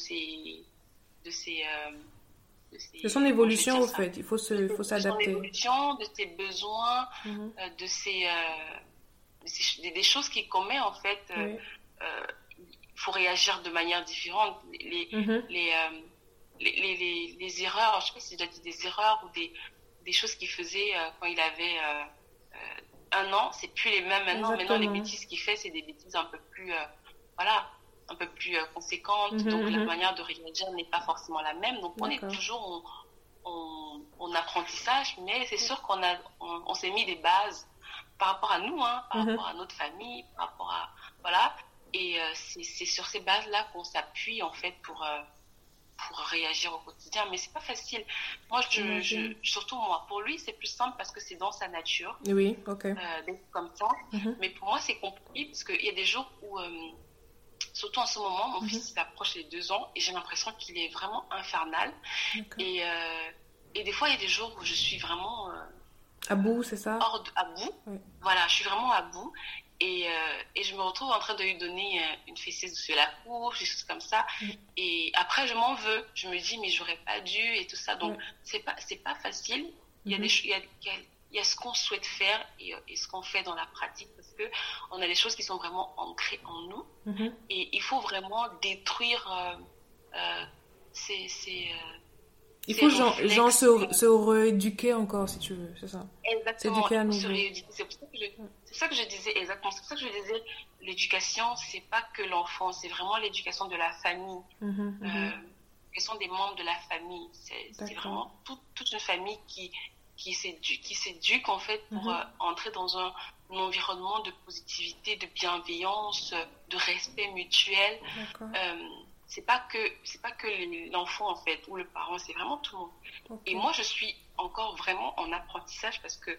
son évolution, au fait, il faut s'adapter. De son évolution, de ses besoins, des choses qu'il commet, en fait, il faut réagir de manière différente. Les erreurs, je ne sais pas si j'ai déjà dit des erreurs ou des choses qu'il faisait quand il avait 1 an, c'est plus les mêmes maintenant. Exactement. Maintenant, les bêtises qu'il fait, c'est des bêtises un peu plus, un peu plus conséquentes. Donc, la manière de réagir n'est pas forcément la même. Donc, on est toujours en apprentissage, mais c'est sûr on s'est mis des bases par rapport à nous, par rapport à notre famille, par rapport à... Voilà. Et c'est sur ces bases-là qu'on s'appuie, en fait, pour réagir au quotidien, mais c'est pas facile. Moi, surtout moi, pour lui, c'est plus simple parce que c'est dans sa nature. Oui, ok. D'être comme ça. Mais pour moi, c'est compliqué parce qu'il y a des jours où surtout en ce moment, mon fils approche les 2 ans et j'ai l'impression qu'il est vraiment infernal. Et des fois, il y a des jours où je suis vraiment à bout, c'est ça? à bout. Oui. Voilà, je suis vraiment à bout. Et je me retrouve en train de lui donner une fessée sur la couche, des choses comme ça. Et après, je m'en veux. Je me dis, mais j'aurais pas dû et tout ça. Donc, c'est pas facile. Il y a il y a ce qu'on souhaite faire et ce qu'on fait dans la pratique, parce que on a des choses qui sont vraiment ancrées en nous. Et il faut vraiment détruire il faut genre se rééduquer encore, si tu veux, c'est ça? Exactement, s'éduquer à nouveau. C'est pour ça que je disais, exactement, c'est pour ça que je disais, l'éducation, c'est pas que l'enfant, c'est vraiment l'éducation de la famille. L'éducation des membres de la famille. C'est vraiment toute une famille qui s'éduque, en fait, pour entrer dans un environnement de positivité, de bienveillance, de respect mutuel. C'est pas que l'enfant, en fait, ou le parent, c'est vraiment tout le monde. Et moi, je suis encore vraiment en apprentissage, parce que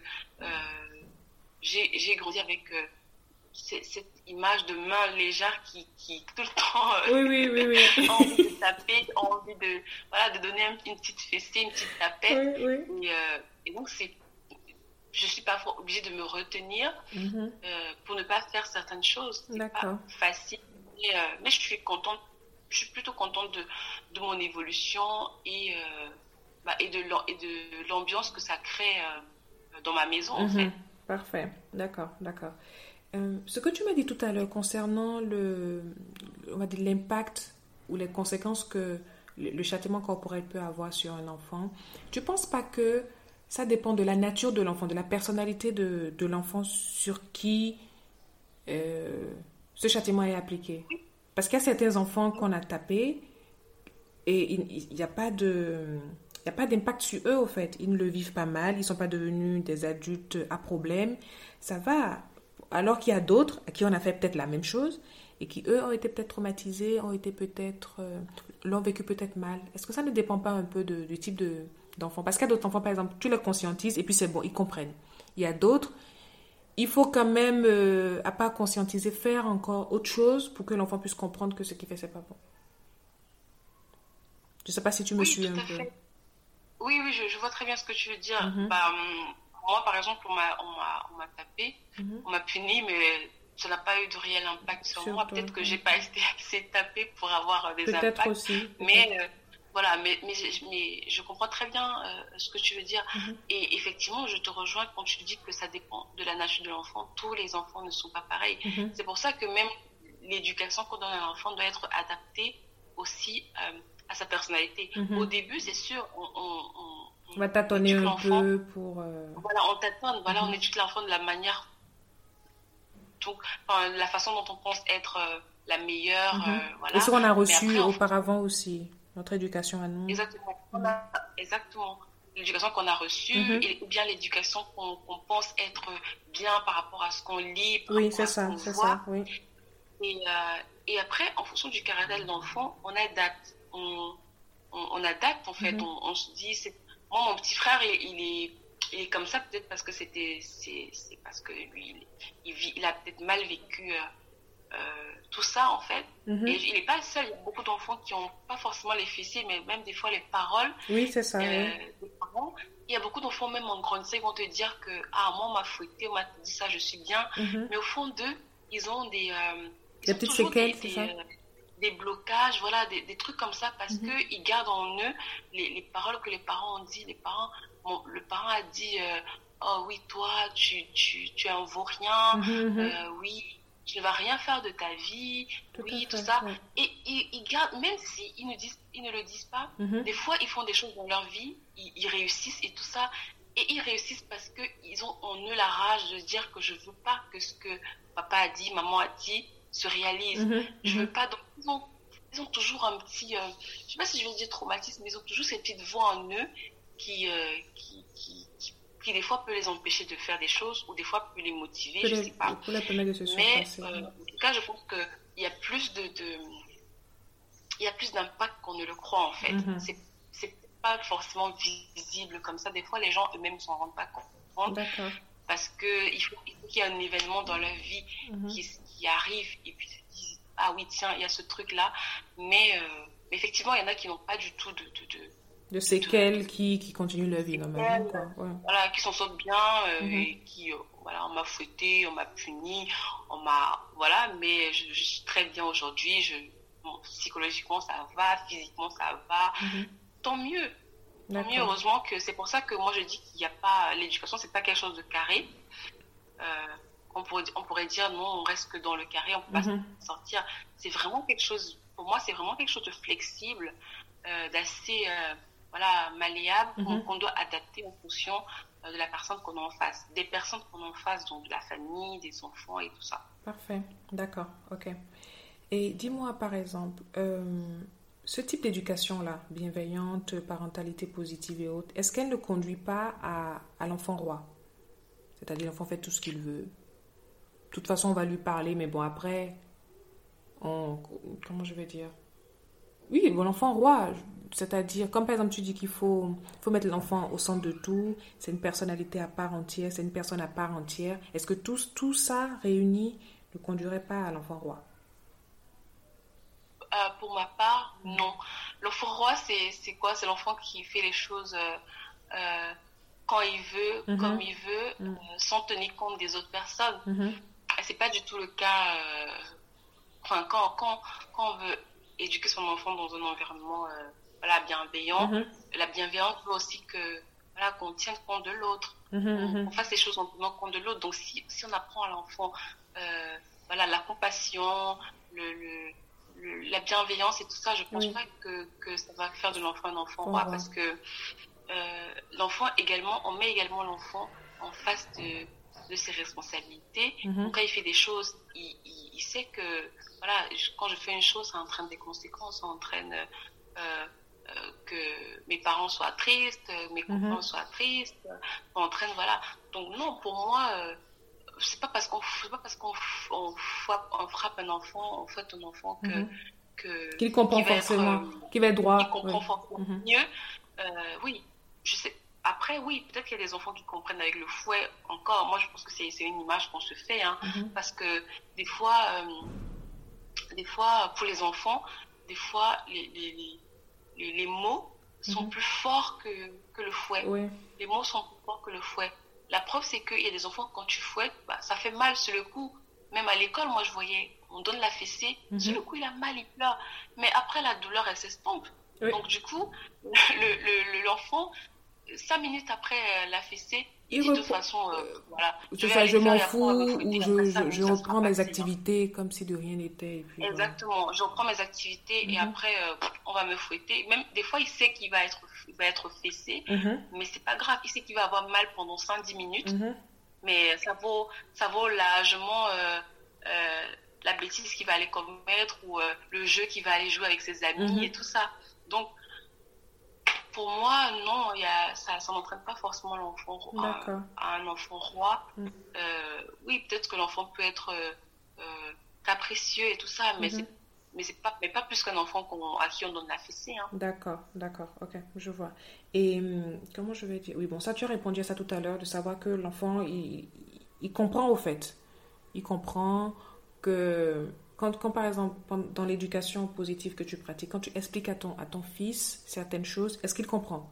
j'ai grandi avec cette image de main légère qui tout le temps oui. envie de taper, envie de donner une petite fessée, une petite tapette. Et donc, je suis parfois obligée de me retenir pour ne pas faire certaines choses. C'est pas facile, mais je suis plutôt contente de mon évolution et de l'ambiance que ça crée dans ma maison, en fait. Parfait, d'accord. Ce que tu m'as dit tout à l'heure concernant on va dire l'impact ou les conséquences que le châtiment corporel peut avoir sur un enfant, tu ne penses pas que ça dépend de la nature de l'enfant, de la personnalité de l'enfant sur qui ce châtiment est appliqué? Parce qu'il y a certains enfants qu'on a tapés et il n'y a pas d'impact sur eux, au fait. Ils ne le vivent pas mal, ils ne sont pas devenus des adultes à problème. Ça va. Alors qu'il y a d'autres à qui on a fait peut-être la même chose et qui, eux, ont été peut-être traumatisés, l'ont vécu peut-être mal. Est-ce que ça ne dépend pas un peu du type d'enfant? Parce qu'il y a d'autres enfants, par exemple, tu les conscientises et puis c'est bon, ils comprennent. Il y a d'autres, il faut quand même, à part conscientiser, faire encore autre chose pour que l'enfant puisse comprendre que ce qu'il fait, c'est pas bon. Je ne sais pas si tu me suis un peu. Oui, je vois très bien ce que tu veux dire. Moi, par exemple, on m'a tapé, on m'a puni, mais ça n'a pas eu de réel impact sur moi. Peut-être que j'ai pas été assez tapée pour avoir des impacts. Peut-être aussi. Mais voilà, mais je comprends très bien ce que tu veux dire. Et effectivement, je te rejoins quand tu dis que ça dépend de la nature de l'enfant. Tous les enfants ne sont pas pareils. C'est pour ça que même l'éducation qu'on donne à l'enfant doit être adaptée aussi à sa personnalité. Au début, c'est sûr, on va tâtonner un peu pour... Voilà, on tâtonne, on éduque l'enfant de la manière... Donc, la façon dont on pense être la meilleure. Et ce qu'on a reçu auparavant aussi, notre éducation à nous. Exactement. L'éducation qu'on a reçue, ou bien l'éducation qu'on pense être bien par rapport à ce qu'on lit, par rapport à ce qu'on voit. Oui. Et après, en fonction du caractère de l'enfant, on adapte. On adapte, en fait. On se dit... Moi, mon petit frère, il est comme ça, peut-être parce que c'est parce que lui, il a peut-être mal vécu tout ça, en fait. Et il n'est pas le seul. Il y a beaucoup d'enfants qui n'ont pas forcément les fessiers, mais même des fois les paroles. Oui, c'est ça. Des parents. Il y a beaucoup d'enfants, même en grandissant, ils vont te dire que moi, on m'a fouetté, on m'a dit ça, je suis bien. Mais au fond d'eux, ils ont des petites séquelles, c'est ça. Des blocages, voilà, des trucs comme ça, parce qu'ils gardent en eux les paroles que les parents ont dit. Le parent a dit oh oui, toi, tu en vaux rien, oui, tu ne vas rien faire de ta vie, tout ça. Ouais. Et ils gardent, même s'ils ne le disent pas, des fois, ils font des choses dans leur vie, ils réussissent et tout ça. Et ils réussissent parce qu'ils ont en eux la rage de dire que je ne veux pas que ce que papa a dit, maman a dit, se réalise. Je veux pas. Donc, ils ont toujours un petit, je sais pas si je veux dire traumatisme, mais ils ont toujours cette petite voix en eux qui des fois peut les empêcher de faire des choses ou des fois peut les motiver, je sais pas. Mais en tout cas, je pense que il y a plus d'impact qu'on ne le croit, en fait. C'est pas forcément visible comme ça. Des fois, les gens eux-mêmes s'en rendent pas compte. D'accord. Parce que il faut qu'il y ait un événement dans leur vie qui arrive et puis ah oui, tiens, il y a ce truc-là. Mais effectivement, il y en a qui n'ont pas du tout de séquelles qui continuent leur vie normalement, quoi. Ouais. Voilà, qui s'en sortent bien et qui, voilà, on m'a fouetté, on m'a puni, voilà, mais je suis très bien aujourd'hui, bon, psychologiquement ça va, physiquement ça va, tant mieux. Tant mieux, heureusement que c'est pour ça que moi je dis qu'il n'y a pas, l'éducation c'est pas quelque chose de carré. On pourrait dire non, on reste que dans le carré, on peut pas sortir. C'est vraiment quelque chose, pour moi c'est vraiment quelque chose de flexible, d'assez voilà, malléable, qu'on doit adapter en fonction de la personne qu'on a en face, des personnes qu'on a en face, donc de la famille, des enfants et tout ça. Parfait, d'accord, ok. Et dis-moi par exemple, ce type d'éducation-là, bienveillante, parentalité positive et autres, est-ce qu'elle ne conduit pas à l'enfant roi? C'est-à-dire l'enfant fait tout ce qu'il veut. De toute façon, on va lui parler, mais bon, après, comment je vais dire? Oui, bon, l'enfant roi, c'est-à-dire, comme par exemple, tu dis qu'il faut mettre l'enfant au centre de tout, c'est une personnalité à part entière, c'est une personne à part entière. Est-ce que tout ça réuni ne conduirait pas à l'enfant roi? Pour ma part, non. L'enfant roi, c'est quoi? C'est l'enfant qui fait les choses quand il veut, comme il veut, sans tenir compte des autres personnes. C'est pas du tout le cas. Quand on veut éduquer son enfant dans un environnement voilà, bienveillant, la bienveillance veut aussi que voilà, qu'on tienne compte de l'autre, qu'on fasse les choses en tenant compte de l'autre. Donc si on apprend à l'enfant voilà, la compassion, la bienveillance et tout ça, je pense pas que ça va faire de l'enfant un enfant roi, parce que l'enfant également, on met également l'enfant en face de ses responsabilités. Donc quand il fait des choses, il sait que voilà, quand je fais une chose, ça entraîne des conséquences, ça entraîne que mes parents soient tristes, mes copains soient tristes, ça entraîne, voilà. Donc non, pour moi, c'est pas parce qu'on frappe un enfant, on fouette un enfant qu'il comprend forcément, qu'il va être droit. Qu'il comprend forcément mieux. Oui, je sais. Après, oui, peut-être qu'il y a des enfants qui comprennent avec le fouet encore. Moi, je pense que c'est une image qu'on se fait, hein, parce que des fois, pour les enfants, des fois, les mots sont plus forts que le fouet. Oui. Les mots sont plus forts que le fouet. La preuve, c'est qu'il y a des enfants, quand tu fouettes, bah, ça fait mal sur le coup. Même à l'école, moi, je voyais, on donne la fessée, sur le coup, il a mal, il pleure. Mais après, la douleur, elle s'estompe. Oui. Donc, du coup, l'enfant, 5 minutes après la fessée, il dit de toute façon, voilà. Je m'en fous, ou je reprends mes activités comme si de rien n'était. Exactement, voilà. Je reprends mes activités et après, on va me fouetter. Même des fois, il sait qu'il va être fessé, mais c'est pas grave. Il sait qu'il va avoir mal pendant 5-10 minutes, mais ça vaut largement la bêtise qu'il va aller commettre ou le jeu qu'il va aller jouer avec ses amis et tout ça. Donc, pour moi, non, ça n'entraîne pas forcément l'enfant à un enfant roi. Oui, peut-être que l'enfant peut être capricieux et tout ça, mais pas plus qu'un enfant à qui on donne la fessée. Hein. D'accord, ok, je vois. Et comment je vais dire? Oui, bon, ça, tu as répondu à ça tout à l'heure, de savoir que l'enfant, il comprend au fait. Il comprend que... Quand, par exemple, dans l'éducation positive que tu pratiques, quand tu expliques à ton fils certaines choses, est-ce qu'il comprend?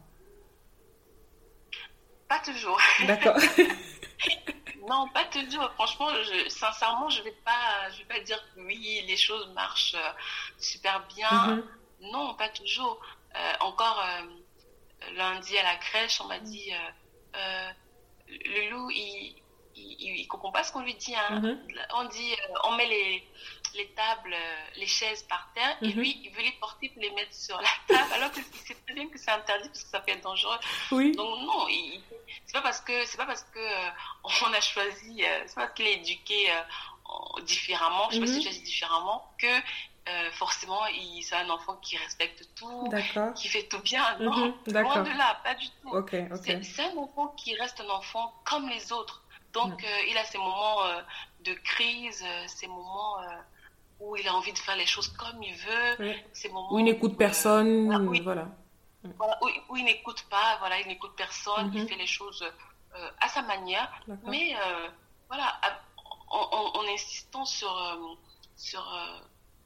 Pas toujours. D'accord. Non, pas toujours. Franchement, sincèrement, je vais pas dire que oui, les choses marchent super bien. Non, pas toujours. Encore lundi à la crèche, on m'a dit le loup, il comprend pas ce qu'on lui dit. Hein. On dit, on met les tables, les chaises par terre, et lui, il veut les porter pour les mettre sur la table, alors qu'il sait très bien que c'est interdit parce que ça peut être dangereux. Oui. Donc non, c'est pas parce que on a choisi, c'est pas parce qu'il est éduqué différemment, je sais pas si je dis différemment, que forcément c'est un enfant qui respecte tout, qui fait tout bien. Non, loin de là, pas du tout. Okay. C'est un enfant qui reste un enfant comme les autres. Donc il a ces moments de crise, ces moments où il a envie de faire les choses comme il veut, ces moments où il n'écoute personne, voilà. Où il n'écoute pas, voilà, il n'écoute personne, il fait les choses à sa manière, mais voilà, en insistant sur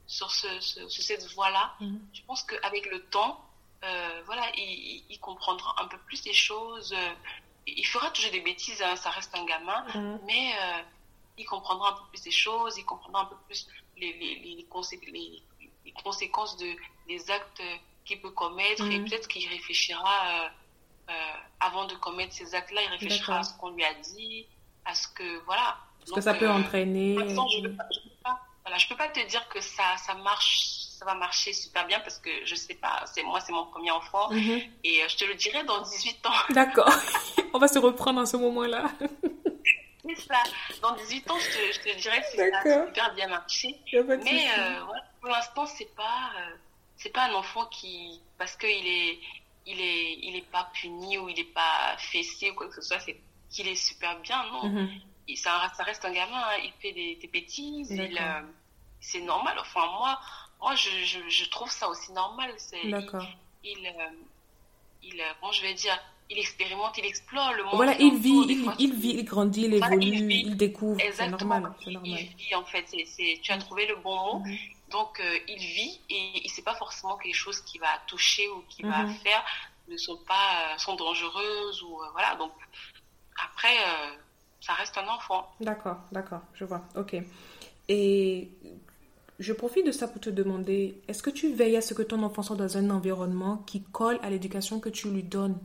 sur cette voie-là. Je pense qu'avec le temps, voilà, il comprendra un peu plus les choses. Il fera toujours des bêtises, hein, ça reste un gamin, mais il comprendra un peu plus les choses, il comprendra un peu plus les conséquences des actes qu'il peut commettre, et peut-être qu'il réfléchira avant de commettre ces actes-là, il réfléchira à ce qu'on lui a dit, à ce que, voilà. Parce que ça peut entraîner. Je peux pas te dire que ça va marcher super bien, parce que je sais pas, c'est mon premier enfant, et je te le dirai dans 18 ans. D'accord. On va se reprendre en ce moment-là. C'est ça. Dans 18 ans, je te dirai si ça a super bien marché. Mais voilà, pour l'instant, c'est pas un enfant qui, parce qu'il est pas puni ou il est pas fessé ou quoi que ce soit, c'est qu'il est super bien, non. Ça reste un gamin, hein. Il fait des bêtises, c'est normal. Enfin, moi je trouve ça aussi normal. D'accord. Comment je vais dire, il expérimente, il explore le monde. Voilà, il vit, il grandit, il évolue, il découvre. Exactement. C'est normal. Il vit, en fait. Tu as trouvé le bon mot. Donc, il vit, et c'est pas forcément quelque chose qui va toucher ou qui va faire sont dangereuses, ou voilà. Donc, après, ça reste un enfant. D'accord, je vois. Ok. Et je profite de ça pour te demander, est-ce que tu veilles à ce que ton enfant soit dans un environnement qui colle à l'éducation que tu lui donnes?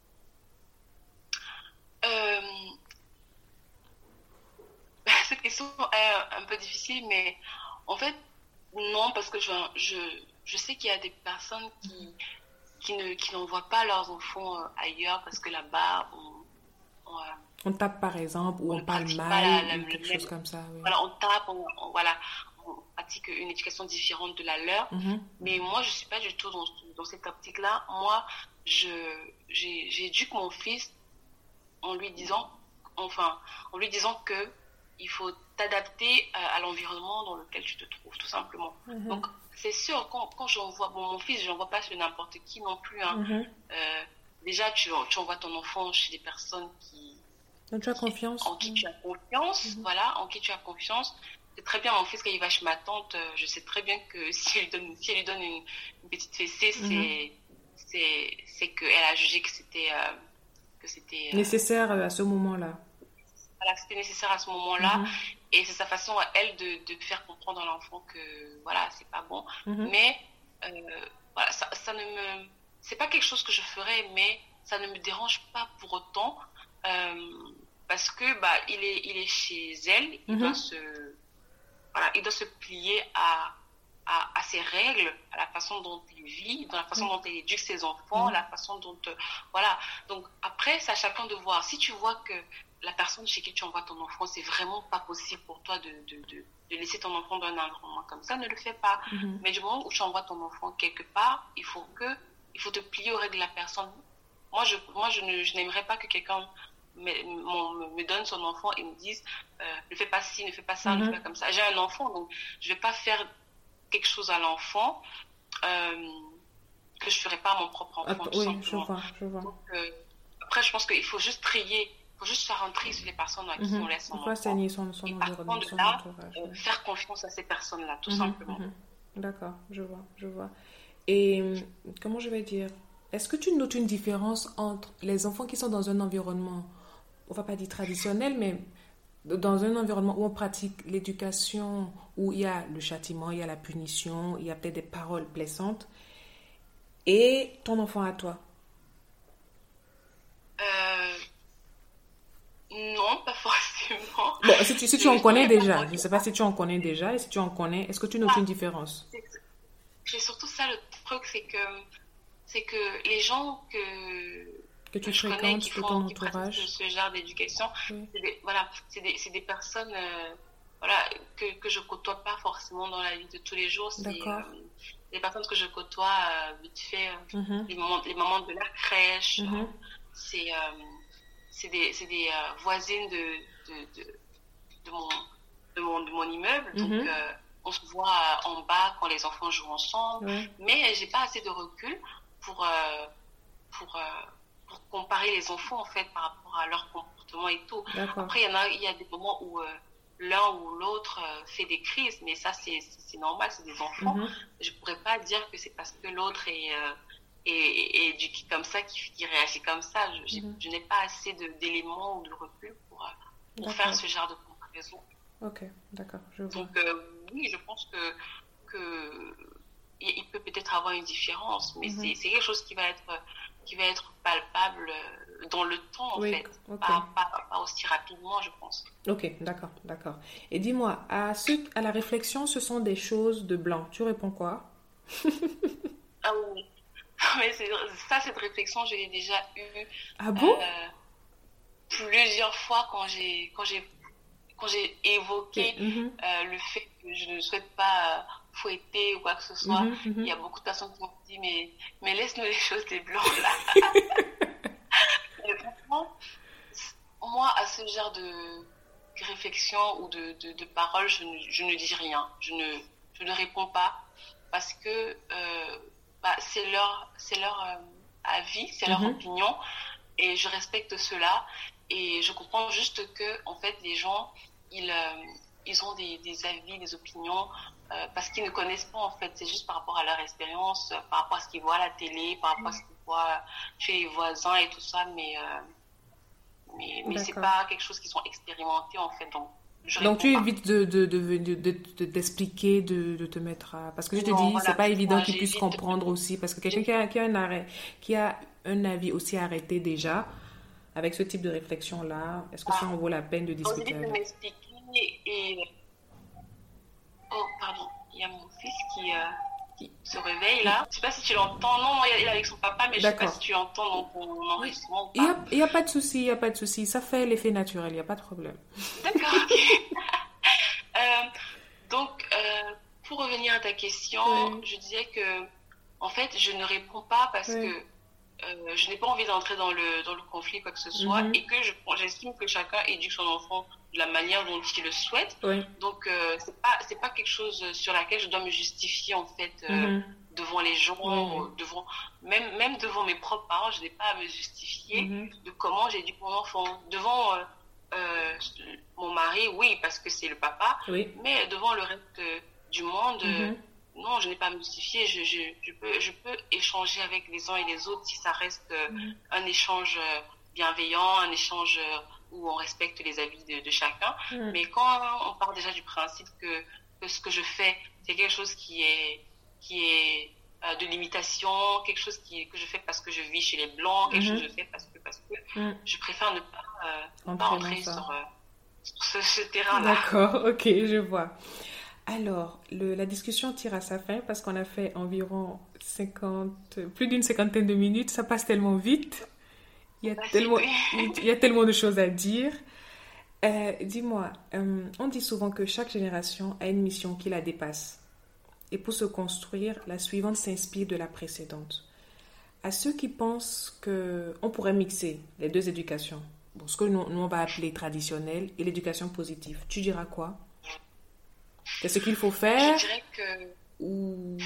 Cette question est un peu difficile, mais en fait, non, parce que je sais qu'il y a des personnes qui n'envoient pas leurs enfants ailleurs, parce que là-bas, on tape par exemple, ou on parle mal, ou quelque chose comme ça. Oui. Voilà, on tape, on pratique une éducation différente de la leur. Mais moi, je ne suis pas du tout dans cette optique-là. Moi, j'éduque mon fils en lui disant que il faut t'adapter à l'environnement dans lequel tu te trouves, tout simplement. Donc, c'est sûr, quand j'envoie mon fils, je n'envoie pas chez n'importe qui non plus. Hein. Déjà, tu envoies ton enfant chez des personnes donc, tu as confiance. En qui tu as confiance, voilà, en qui tu as confiance. C'est très bien, mon fils, quand il va chez ma tante, je sais très bien que si elle lui donne une petite fessée, c'est qu'elle a jugé que c'était nécessaire à ce moment-là. Voilà, c'était nécessaire à ce moment-là, et c'est sa façon à elle de faire comprendre à l'enfant que voilà, c'est pas bon. Mais voilà, ça ne me, c'est pas quelque chose que je ferais, mais ça ne me dérange pas pour autant, parce que il est chez elle, il doit se plier à ses règles, à la façon dont il vit, dans la façon dont il éduque ses enfants, la façon dont voilà. Donc après, c'est à chacun de voir. Si tu vois que la personne chez qui tu envoies ton enfant, c'est vraiment pas possible pour toi de laisser ton enfant dans un environnement comme ça, ne le fais pas. Mais du moment où tu envoies ton enfant quelque part, il faut te plier aux règles de la personne. Moi, je n'aimerais pas que quelqu'un me donne son enfant et me dise ne fais pas ci, ne fais pas ça, ne fais pas comme ça. J'ai un enfant, donc je vais pas faire quelque chose à l'enfant que je ferais pas à mon propre enfant. Oui, je vois. Donc, après, je pense qu'il faut juste trier. Il faut juste faire un tri sur les personnes à qui on laisse son enfant. Saigner son environnement, son entourage. Faire confiance à ces personnes-là, tout simplement. D'accord, je vois. Et comment je vais dire, est-ce que tu notes une différence entre les enfants qui sont dans un environnement, on va pas dire traditionnel, mais dans un environnement où on pratique l'éducation, où il y a le châtiment, il y a la punition, il y a peut-être des paroles blessantes, et ton enfant à toi? Non, pas forcément. Bon, si tu en connais déjà, je ne sais pas si tu en connais déjà, et si tu en connais, est-ce que tu notes une différence? C'est surtout ça le truc, c'est que les gens que tu je fréquentes, connais, de ton entourage, ce genre d'éducation, c'est des personnes que je côtoie pas forcément dans la vie de tous les jours. C'est des personnes que je côtoie vite fait, les mamans de la crèche, c'est des voisines de mon immeuble, donc on se voit en bas quand les enfants jouent ensemble, mais j'ai pas assez de recul pour comparer les enfants en fait par rapport à leur comportement et tout. Après il y a des moments où l'un ou l'autre fait des crises, mais ça c'est normal, c'est des enfants. Je pourrais pas dire que c'est parce que l'autre est éduqué comme ça qui réagit comme ça. Je n'ai pas assez d'éléments ou de recul pour faire ce genre de comparaison. Ok, d'accord, je vois. Donc oui, je pense que il peut peut-être avoir une différence, mais c'est quelque chose qui va être palpable dans le temps, en fait. Pas aussi rapidement, je pense. Ok, d'accord. Et dis-moi, à la réflexion, ce sont des choses de blanc. Tu réponds quoi? Ah oui. Mais cette réflexion, je l'ai déjà eue. Ah bon? Plusieurs fois quand j'ai évoqué le fait que je ne souhaite pas fouetter ou quoi que ce soit. Il y a beaucoup de personnes qui m'ont dit mais laisse-nous les choses des blancs là. Et franchement, moi à ce genre de réflexion ou de paroles, je ne dis rien, je ne réponds pas parce que c'est leur avis, c'est leur opinion et je respecte cela. Et je comprends juste que, en fait, les gens, ils ont des avis, des opinions, parce qu'ils ne connaissent pas, en fait. C'est juste par rapport à leur expérience, par rapport à ce qu'ils voient à la télé, par rapport à ce qu'ils voient chez les voisins et tout ça, mais c'est pas quelque chose qu'ils ont expérimenté, en fait. Donc tu évites d'expliquer, de te mettre à... Parce que je te dis, c'est pas évident qu'ils puissent comprendre aussi, parce que quelqu'un qui a un avis aussi arrêté déjà, avec ce type de réflexion-là, est-ce que ça en vaut la peine de discuter avec? M'expliquer et... Oh, pardon, il y a mon fils qui se réveille là. Je sais pas si tu l'entends. Non, il est avec son papa, mais je sais pas si tu l'entends dans ton enregistrement ou pas. Il n'y a pas de souci, Ça fait l'effet naturel, il n'y a pas de problème. D'accord, ok. Donc, pour revenir à ta question, je disais que, en fait, je ne réponds pas parce que je n'ai pas envie d'entrer dans le conflit, quoi que ce soit, et que j'estime que chacun éduque son enfant de la manière dont il le souhaite. Donc, c'est pas quelque chose sur laquelle je dois me justifier, en fait, devant les gens, même devant mes propres parents, je n'ai pas à me justifier de comment j'éduque mon enfant. Devant mon mari, oui, parce que c'est le papa, mais devant le reste du monde, non, je n'ai pas à me justifier. Je peux échanger avec les uns et les autres si ça reste un échange bienveillant, un échange où on respecte les avis de chacun. Mais quand on part déjà du principe que ce que je fais, c'est quelque chose qui est de l'imitation, quelque chose que je fais parce que je vis chez les Blancs, quelque chose que je fais parce que je préfère ne pas entrer sur ce terrain-là. D'accord, ok, je vois. Alors, la discussion tire à sa fin parce qu'on a fait environ plus d'une cinquantaine de minutes. Ça passe tellement vite. Il y a tellement de choses à dire. Dis-moi, on dit souvent que chaque génération a une mission qui la dépasse. Et pour se construire, la suivante s'inspire de la précédente. À ceux qui pensent qu'on pourrait mixer les deux éducations, ce que nous on va appeler traditionnelle et l'éducation positive, tu diras quoi? C'est ce qu'il faut faire? Je dirais que... Ou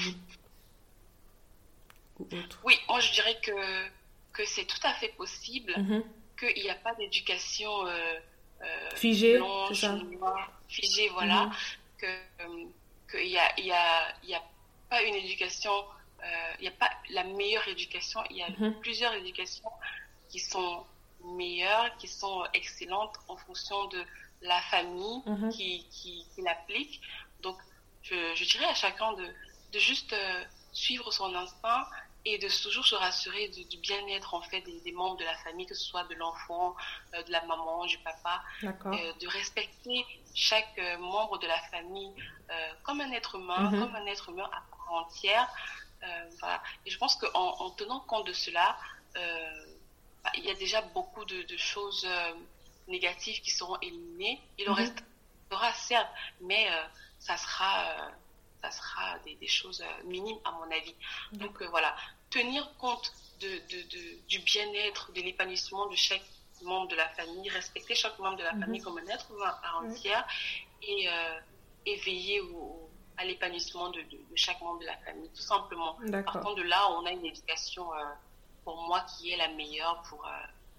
autre? Oui, moi je dirais que c'est tout à fait possible, qu'il n'y a pas d'éducation figée, blanche, c'est ça? Figée, voilà, qu'il y a pas une éducation, il n'y a pas la meilleure éducation, il y a plusieurs éducations qui sont meilleures, qui sont excellentes en fonction de la famille qui l'applique. Donc, je dirais à chacun de juste suivre son instinct et de toujours se rassurer du bien-être en fait des membres de la famille, que ce soit de l'enfant, de la maman, du papa, de respecter chaque membre de la famille comme un être humain, à part entière. Voilà. Et je pense qu'en tenant compte de cela, il y a déjà beaucoup de choses négatives qui seront éliminées. Il en restera certes, mais ça sera des choses minimes à mon avis. Donc voilà, tenir compte du bien-être, de l'épanouissement de chaque membre de la famille, respecter chaque membre de la famille comme un être humain à part entière et veiller à l'épanouissement de chaque membre de la famille, tout simplement. Par contre, de là, on a une éducation pour moi qui est la meilleure pour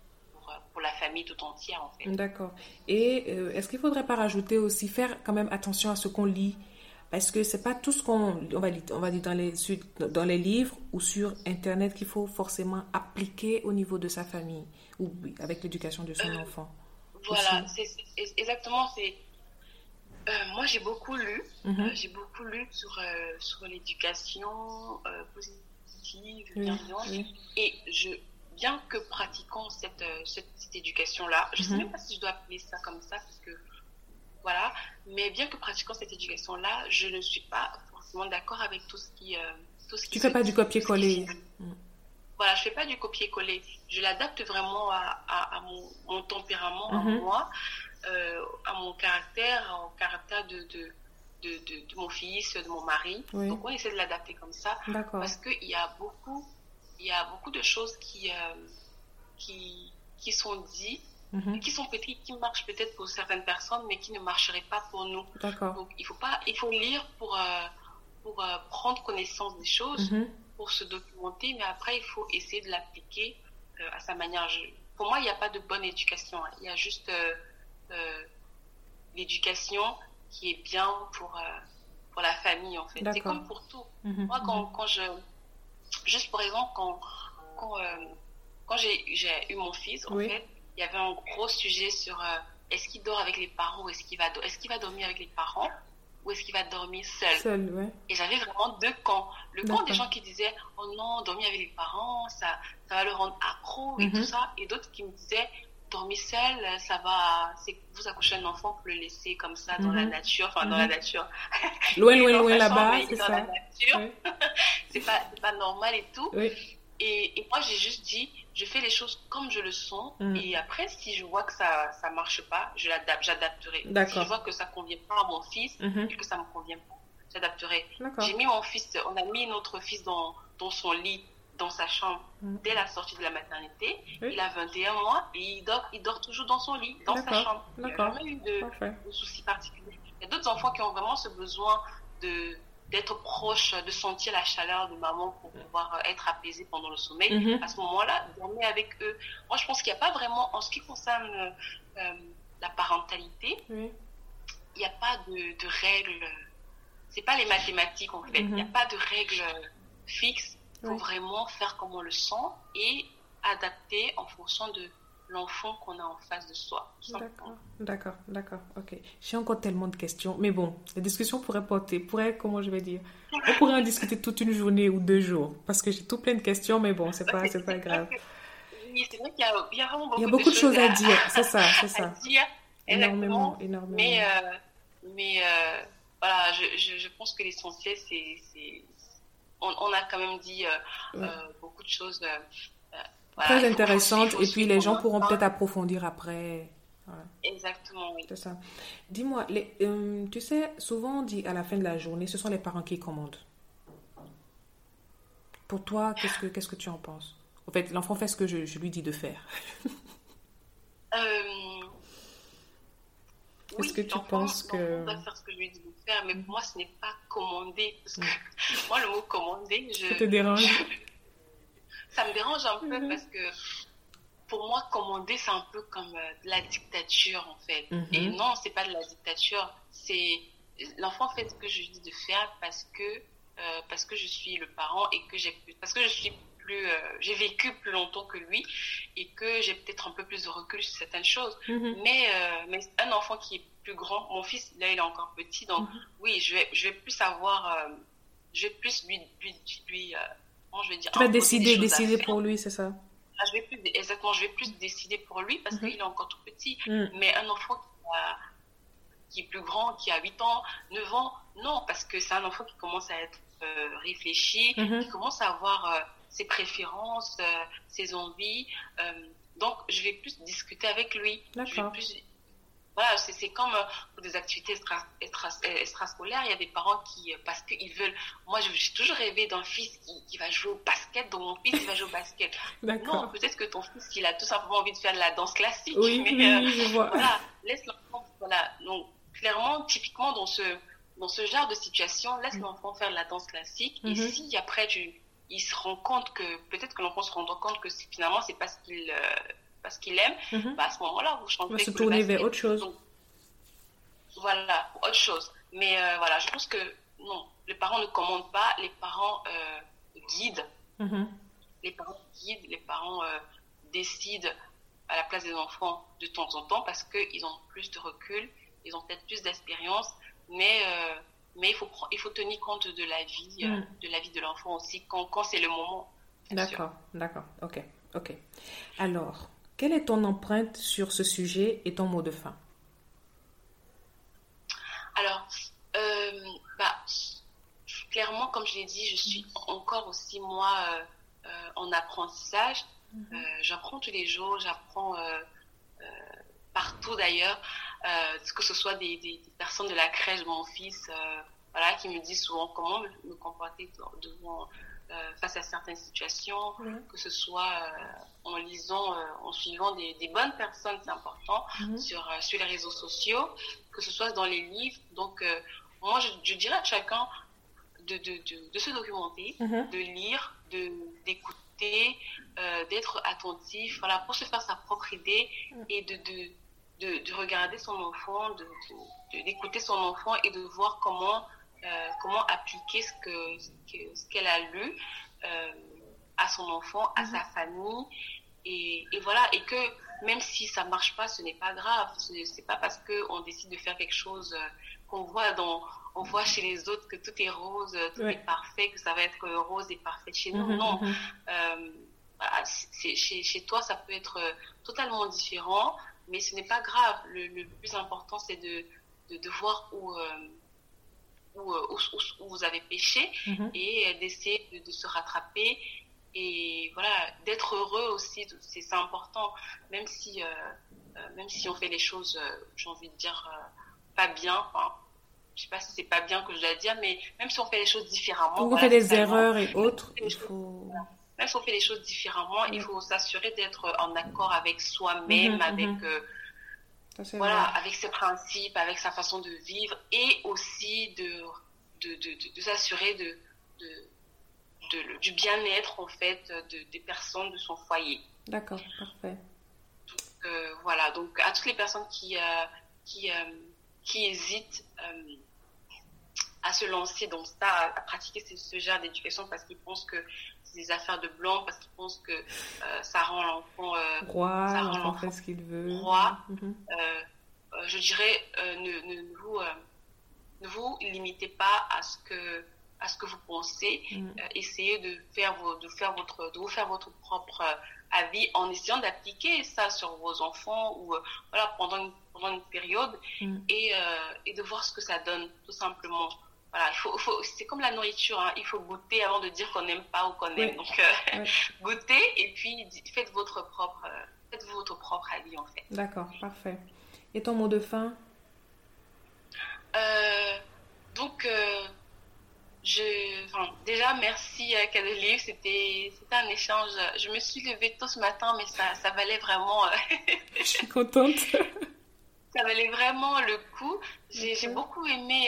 pour la famille tout entière, en fait. D'accord. Et est-ce qu'il ne faudrait pas rajouter aussi, faire quand même attention à ce qu'on lit? Parce que c'est pas tout ce on va dire dans les livres ou sur Internet qu'il faut forcément appliquer au niveau de sa famille ou avec l'éducation de son enfant. Voilà, exactement. Moi, j'ai beaucoup lu. J'ai beaucoup lu sur l'éducation positive, bienveillante. Et bien que pratiquant cette éducation-là, je ne sais même pas si je dois appeler ça comme ça, parce que voilà, mais bien que pratiquant cette éducation-là, je ne suis pas forcément d'accord avec tout ce qui tu fais pas du copier-coller. Voilà, je fais pas du copier-coller. Je l'adapte vraiment à mon tempérament, à moi, à mon caractère, au caractère de mon fils, de mon mari. Oui. Donc on essaie de l'adapter comme ça. D'accord. Parce qu'il y a beaucoup de choses qui sont dites, qui marchent peut-être pour certaines personnes, mais qui ne marcheraient pas pour nous. D'accord. Donc il faut lire pour prendre connaissance des choses, pour se documenter, mais après il faut essayer de l'appliquer à sa manière. Pour moi, il n'y a pas de bonne éducation. Il y a juste l'éducation qui est bien pour la famille, en fait. D'accord. C'est comme pour tout. Moi, juste pour exemple, quand j'ai eu mon fils, en fait, il y avait un gros sujet sur est-ce qu'il dort avec les parents ou est-ce qu'il va dormir avec les parents ou est-ce qu'il va dormir seul. Ouais. Et j'avais vraiment deux camps. Le camp des gens qui disaient oh non, dormir avec les parents, ça va le rendre accro et tout ça. Et d'autres qui me disaient dormir seul, ça va, vous accouchez un enfant pour le laisser comme ça dans la nature, dans la nature. Loin là-bas, c'est dans ça. La nature. c'est pas normal et tout. Oui. Et moi, j'ai juste dit, je fais les choses comme je le sens. Et après, si je vois que ça marche pas, j'adapterai. D'accord. Si je vois que ça convient pas à mon fils et que ça me convient pas, j'adapterai. D'accord. J'ai mis mon fils, on a mis notre fils dans son lit, dans sa chambre, dès la sortie de la maternité. Oui. Il a 21 mois et il dort toujours dans son lit, dans sa chambre. Il n'y a jamais eu de soucis particuliers. Il y a d'autres enfants qui ont vraiment ce besoin d'être proche, de sentir la chaleur de maman pour pouvoir être apaisé pendant le sommeil. À ce moment-là, dormir avec eux. Moi, je pense qu'il n'y a pas vraiment, en ce qui concerne la parentalité, il n'y a pas de règles. C'est pas les mathématiques, en fait. Il n'y a pas de règles fixes. Il faut vraiment faire comme on le sent et adapter en fonction de l'enfant qu'on a en face de soi. D'accord, ok. J'ai encore tellement de questions, mais bon, la discussion comment je vais dire, on pourrait en discuter toute une journée ou 2 jours, parce que j'ai tout plein de questions, mais bon, c'est pas grave. Oui, c'est vrai qu'il y a vraiment beaucoup de choses à dire, c'est ça. À dire, énormément. Mais voilà, je pense que l'essentiel, c'est on a quand même dit beaucoup de choses très intéressantes, et puis les gens pourront peut-être approfondir après. Voilà. Exactement, oui. C'est ça. Dis-moi, tu sais, souvent on dit à la fin de la journée, ce sont les parents qui commandent. Pour toi, qu'est-ce que tu en penses? En fait, l'enfant fait ce que je lui dis de faire. Est-ce que tu penses que... L'enfant doit faire ce que je lui dis de faire, mais pour moi, ce n'est pas commander. Parce que moi, le mot commander, ça te dérange? Ça me dérange un peu parce que pour moi, commander, c'est un peu comme de la dictature, en fait. Et non, c'est pas de la dictature. C'est l'enfant fait ce que je lui dis de faire parce que je suis le parent et que parce que je suis j'ai vécu plus longtemps que lui et que j'ai peut-être un peu plus de recul sur certaines choses. Mais un enfant qui est plus grand, mon fils, là, il est encore petit, donc oui, je vais plus avoir, je vais plus lui comment je vais dire, tu vas décider pour lui, c'est ça? Je vais plus décider pour lui parce qu'il est encore tout petit. Mais un enfant qui est plus grand, qui a 8 ans, 9 ans, non, parce que c'est un enfant qui commence à être réfléchi, qui commence à avoir ses préférences, ses envies. Donc, je vais plus discuter avec lui. D'accord. Voilà, c'est comme pour des activités extrascolaires, il y a des parents qui, parce qu'ils veulent... Moi, j'ai toujours rêvé d'un fils qui va jouer au basket, donc mon fils, il va jouer au basket. D'accord. Non, peut-être que ton fils, il a tout simplement envie de faire de la danse classique. Oui, mais, je vois. Voilà, laisse l'enfant... Voilà, donc clairement, typiquement, dans ce genre de situation, laisse l'enfant faire de la danse classique. Et si après, il se rend compte que... Peut-être que l'enfant se rend compte que finalement, c'est pas ce qu'il parce qu'il aime, à ce moment-là, vous changez. On va se tourner vers autre chose. Donc, voilà, autre chose. Mais voilà, je pense que non, les parents ne commandent pas, les parents guident. Les parents guident, les parents décident à la place des enfants de temps en temps parce qu'ils ont plus de recul, ils ont peut-être plus d'expérience, mais il faut tenir compte de la vie de l'enfant aussi quand c'est le moment. D'accord, ok. Alors, quelle est ton empreinte sur ce sujet et ton mot de fin? Alors, clairement, comme je l'ai dit, je suis encore aussi, moi, en apprentissage. J'apprends tous les jours, j'apprends partout d'ailleurs, que ce soit des personnes de la crèche de mon fils, qui me disent souvent comment me comporter face à certaines situations, que ce soit en lisant, en suivant des bonnes personnes, c'est important, sur les réseaux sociaux, que ce soit dans les livres. Donc, moi, je dirais à chacun de se documenter, de lire, d'écouter, d'être attentif, pour se faire sa propre idée et de regarder son enfant, d'écouter son enfant et de voir comment appliquer ce qu'elle a lu à son enfant, à sa famille, et voilà, et que même si ça marche pas, ce n'est pas grave. C'est pas parce qu'on décide de faire quelque chose qu'on voit chez les autres que tout est rose, tout est parfait, que ça va être rose et parfait chez nous. Non. Chez toi, ça peut être totalement différent, mais ce n'est pas grave. Le plus important, c'est de voir où vous avez péché et d'essayer de se rattraper et voilà, d'être heureux aussi, c'est important, même si on fait les choses, j'ai envie de dire, pas bien, je sais pas si c'est pas bien que je dois dire, mais même si on fait les choses différemment, on fait des erreurs et autres, même si on fait les choses différemment, il faut s'assurer d'être en accord avec soi-même, avec avec ses principes, avec sa façon de vivre, et aussi de s'assurer du bien-être en fait des personnes de son foyer. D'accord, parfait. Donc voilà, donc à toutes les personnes qui hésitent à se lancer dans ça, à pratiquer ce genre d'éducation parce qu'ils pensent que c'est des affaires de blanc, parce qu'ils pensent que ça rend l'enfant roi, ça rend l'enfant fait ce qu'il veut. Roi. Je dirais ne vous limitez pas à ce que vous pensez. Essayez de vous faire votre propre avis en essayant d'appliquer ça sur vos enfants ou pendant une période et de voir ce que ça donne, tout simplement. Voilà, c'est comme la nourriture, il faut goûter avant de dire qu'on n'aime pas ou qu'on aime. Donc, goûtez et puis faites votre propre avis, en fait. D'accord, parfait. Et ton mot de fin? Déjà, merci Cadeline, c'était un échange. Je me suis levée tôt ce matin, mais ça valait vraiment... Je suis contente. Ça valait vraiment le coup. J'ai beaucoup aimé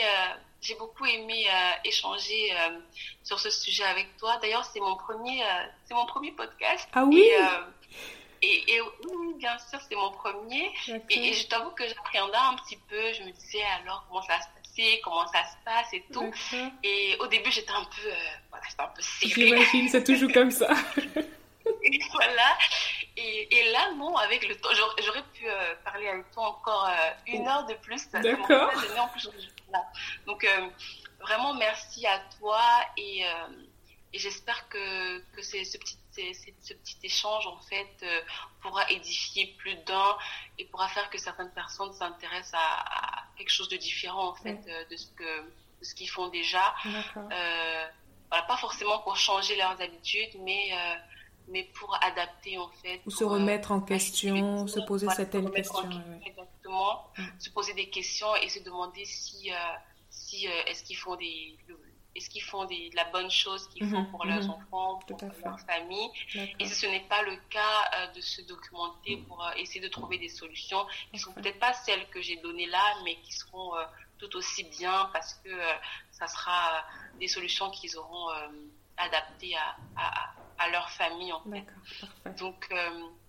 échanger sur ce sujet avec toi. D'ailleurs, c'est mon premier podcast. Ah oui? Et oui, bien sûr, c'est mon premier. Et je t'avoue que j'appréhendais un petit peu. Je me disais alors comment ça se passe et tout. Et au début, j'étais un peu serrée. J'imagine, c'est toujours comme ça. Et voilà. Et là, non, avec le temps, j'aurais pu parler avec toi encore 1 heure de plus. D'accord. Donc, vraiment, merci à toi et j'espère que ce petit échange, en fait, pourra édifier plus d'un et pourra faire que certaines personnes s'intéressent à quelque chose de différent, en fait, de ce qu'ils font déjà. Pas forcément pour changer leurs habitudes, mais pour adapter, en fait. Ou se remettre en question, se poser certaines questions. Exactement. Se poser des questions et se demander si est-ce qu'ils font de la bonne chose qu'ils font pour leurs enfants, pour leur famille. Et si ce n'est pas le cas, de se documenter pour essayer de trouver des solutions qui ne sont peut-être pas celles que j'ai données là, mais qui seront tout aussi bien parce que ça sera des solutions qu'ils auront adaptées à leur famille, en fait. D'accord, parfait. Donc,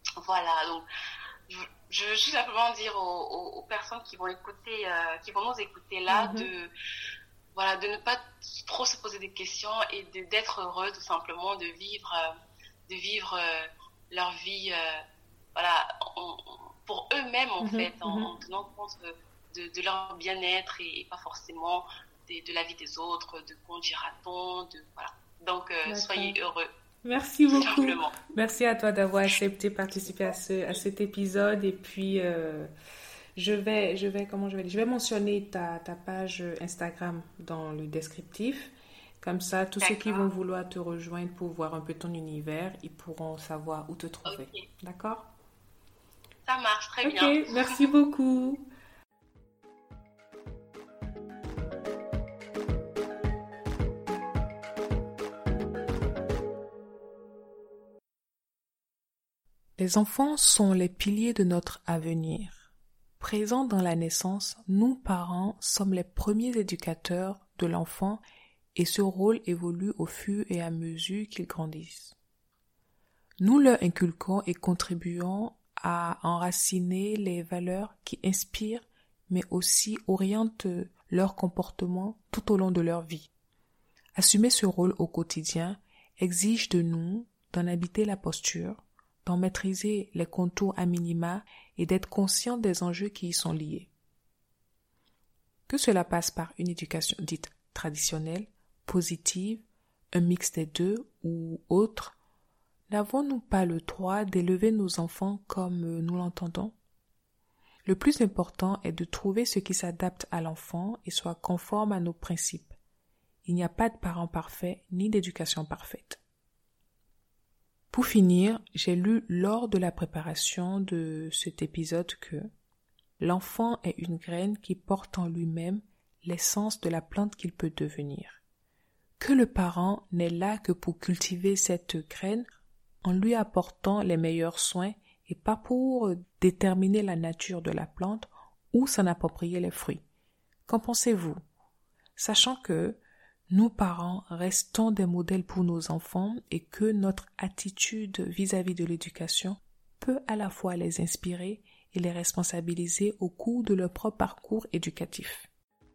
Voilà, donc je veux juste simplement dire aux personnes qui vont écouter, qui vont nous écouter là, de ne pas trop se poser des questions et d'être heureux tout simplement, de vivre leur vie, voilà, pour eux-mêmes en fait, en tenant compte de leur bien-être et pas forcément de la vie des autres, de qu'on dira-t-on, voilà. Donc soyez heureux. Merci beaucoup. Merci à toi d'avoir accepté de participer à cet épisode. Et puis, je vais mentionner ta page Instagram dans le descriptif. Comme ça, tous ceux qui vont vouloir te rejoindre pour voir un peu ton univers, ils pourront savoir où te trouver. Okay. D'accord? Ça marche très bien. Ok, merci beaucoup. Les enfants sont les piliers de notre avenir. Présents dans la naissance, nous, parents, sommes les premiers éducateurs de l'enfant et ce rôle évolue au fur et à mesure qu'ils grandissent. Nous leur inculquons et contribuons à enraciner les valeurs qui inspirent mais aussi orientent leur comportement tout au long de leur vie. Assumer ce rôle au quotidien exige de nous d'en habiter la posture, d'en maîtriser les contours à minima et d'être conscient des enjeux qui y sont liés. Que cela passe par une éducation dite traditionnelle, positive, un mix des deux ou autre, n'avons-nous pas le droit d'élever nos enfants comme nous l'entendons? Le plus important est de trouver ce qui s'adapte à l'enfant et soit conforme à nos principes. Il n'y a pas de parents parfaits ni d'éducation parfaite. Pour finir, j'ai lu lors de la préparation de cet épisode que l'enfant est une graine qui porte en lui-même l'essence de la plante qu'il peut devenir. Que le parent n'est là que pour cultiver cette graine en lui apportant les meilleurs soins et pas pour déterminer la nature de la plante ou s'en approprier les fruits. Qu'en pensez-vous? Sachant que nous, parents, restons des modèles pour nos enfants et que notre attitude vis-à-vis de l'éducation peut à la fois les inspirer et les responsabiliser au cours de leur propre parcours éducatif.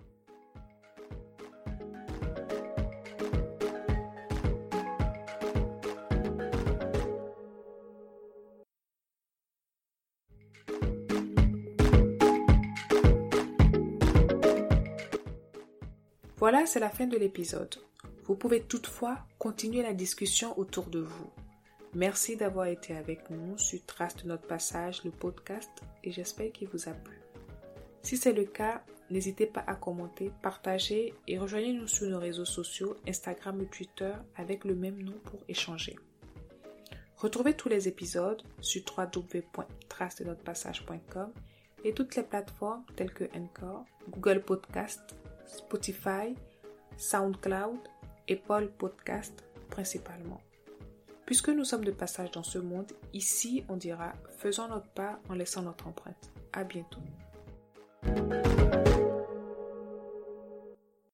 Voilà, c'est la fin de l'épisode. Vous pouvez toutefois continuer la discussion autour de vous. Merci d'avoir été avec nous sur Trace de notre passage, le podcast, et j'espère qu'il vous a plu. Si c'est le cas, n'hésitez pas à commenter, partager et rejoignez-nous sur nos réseaux sociaux, Instagram ou Twitter avec le même nom pour échanger. Retrouvez tous les épisodes sur www.tracedenotrepassage.com et toutes les plateformes telles que Anchor, Google Podcast, Spotify, SoundCloud, Apple Podcast principalement. Puisque nous sommes de passage dans ce monde, ici on dira faisons notre part en laissant notre empreinte. À bientôt.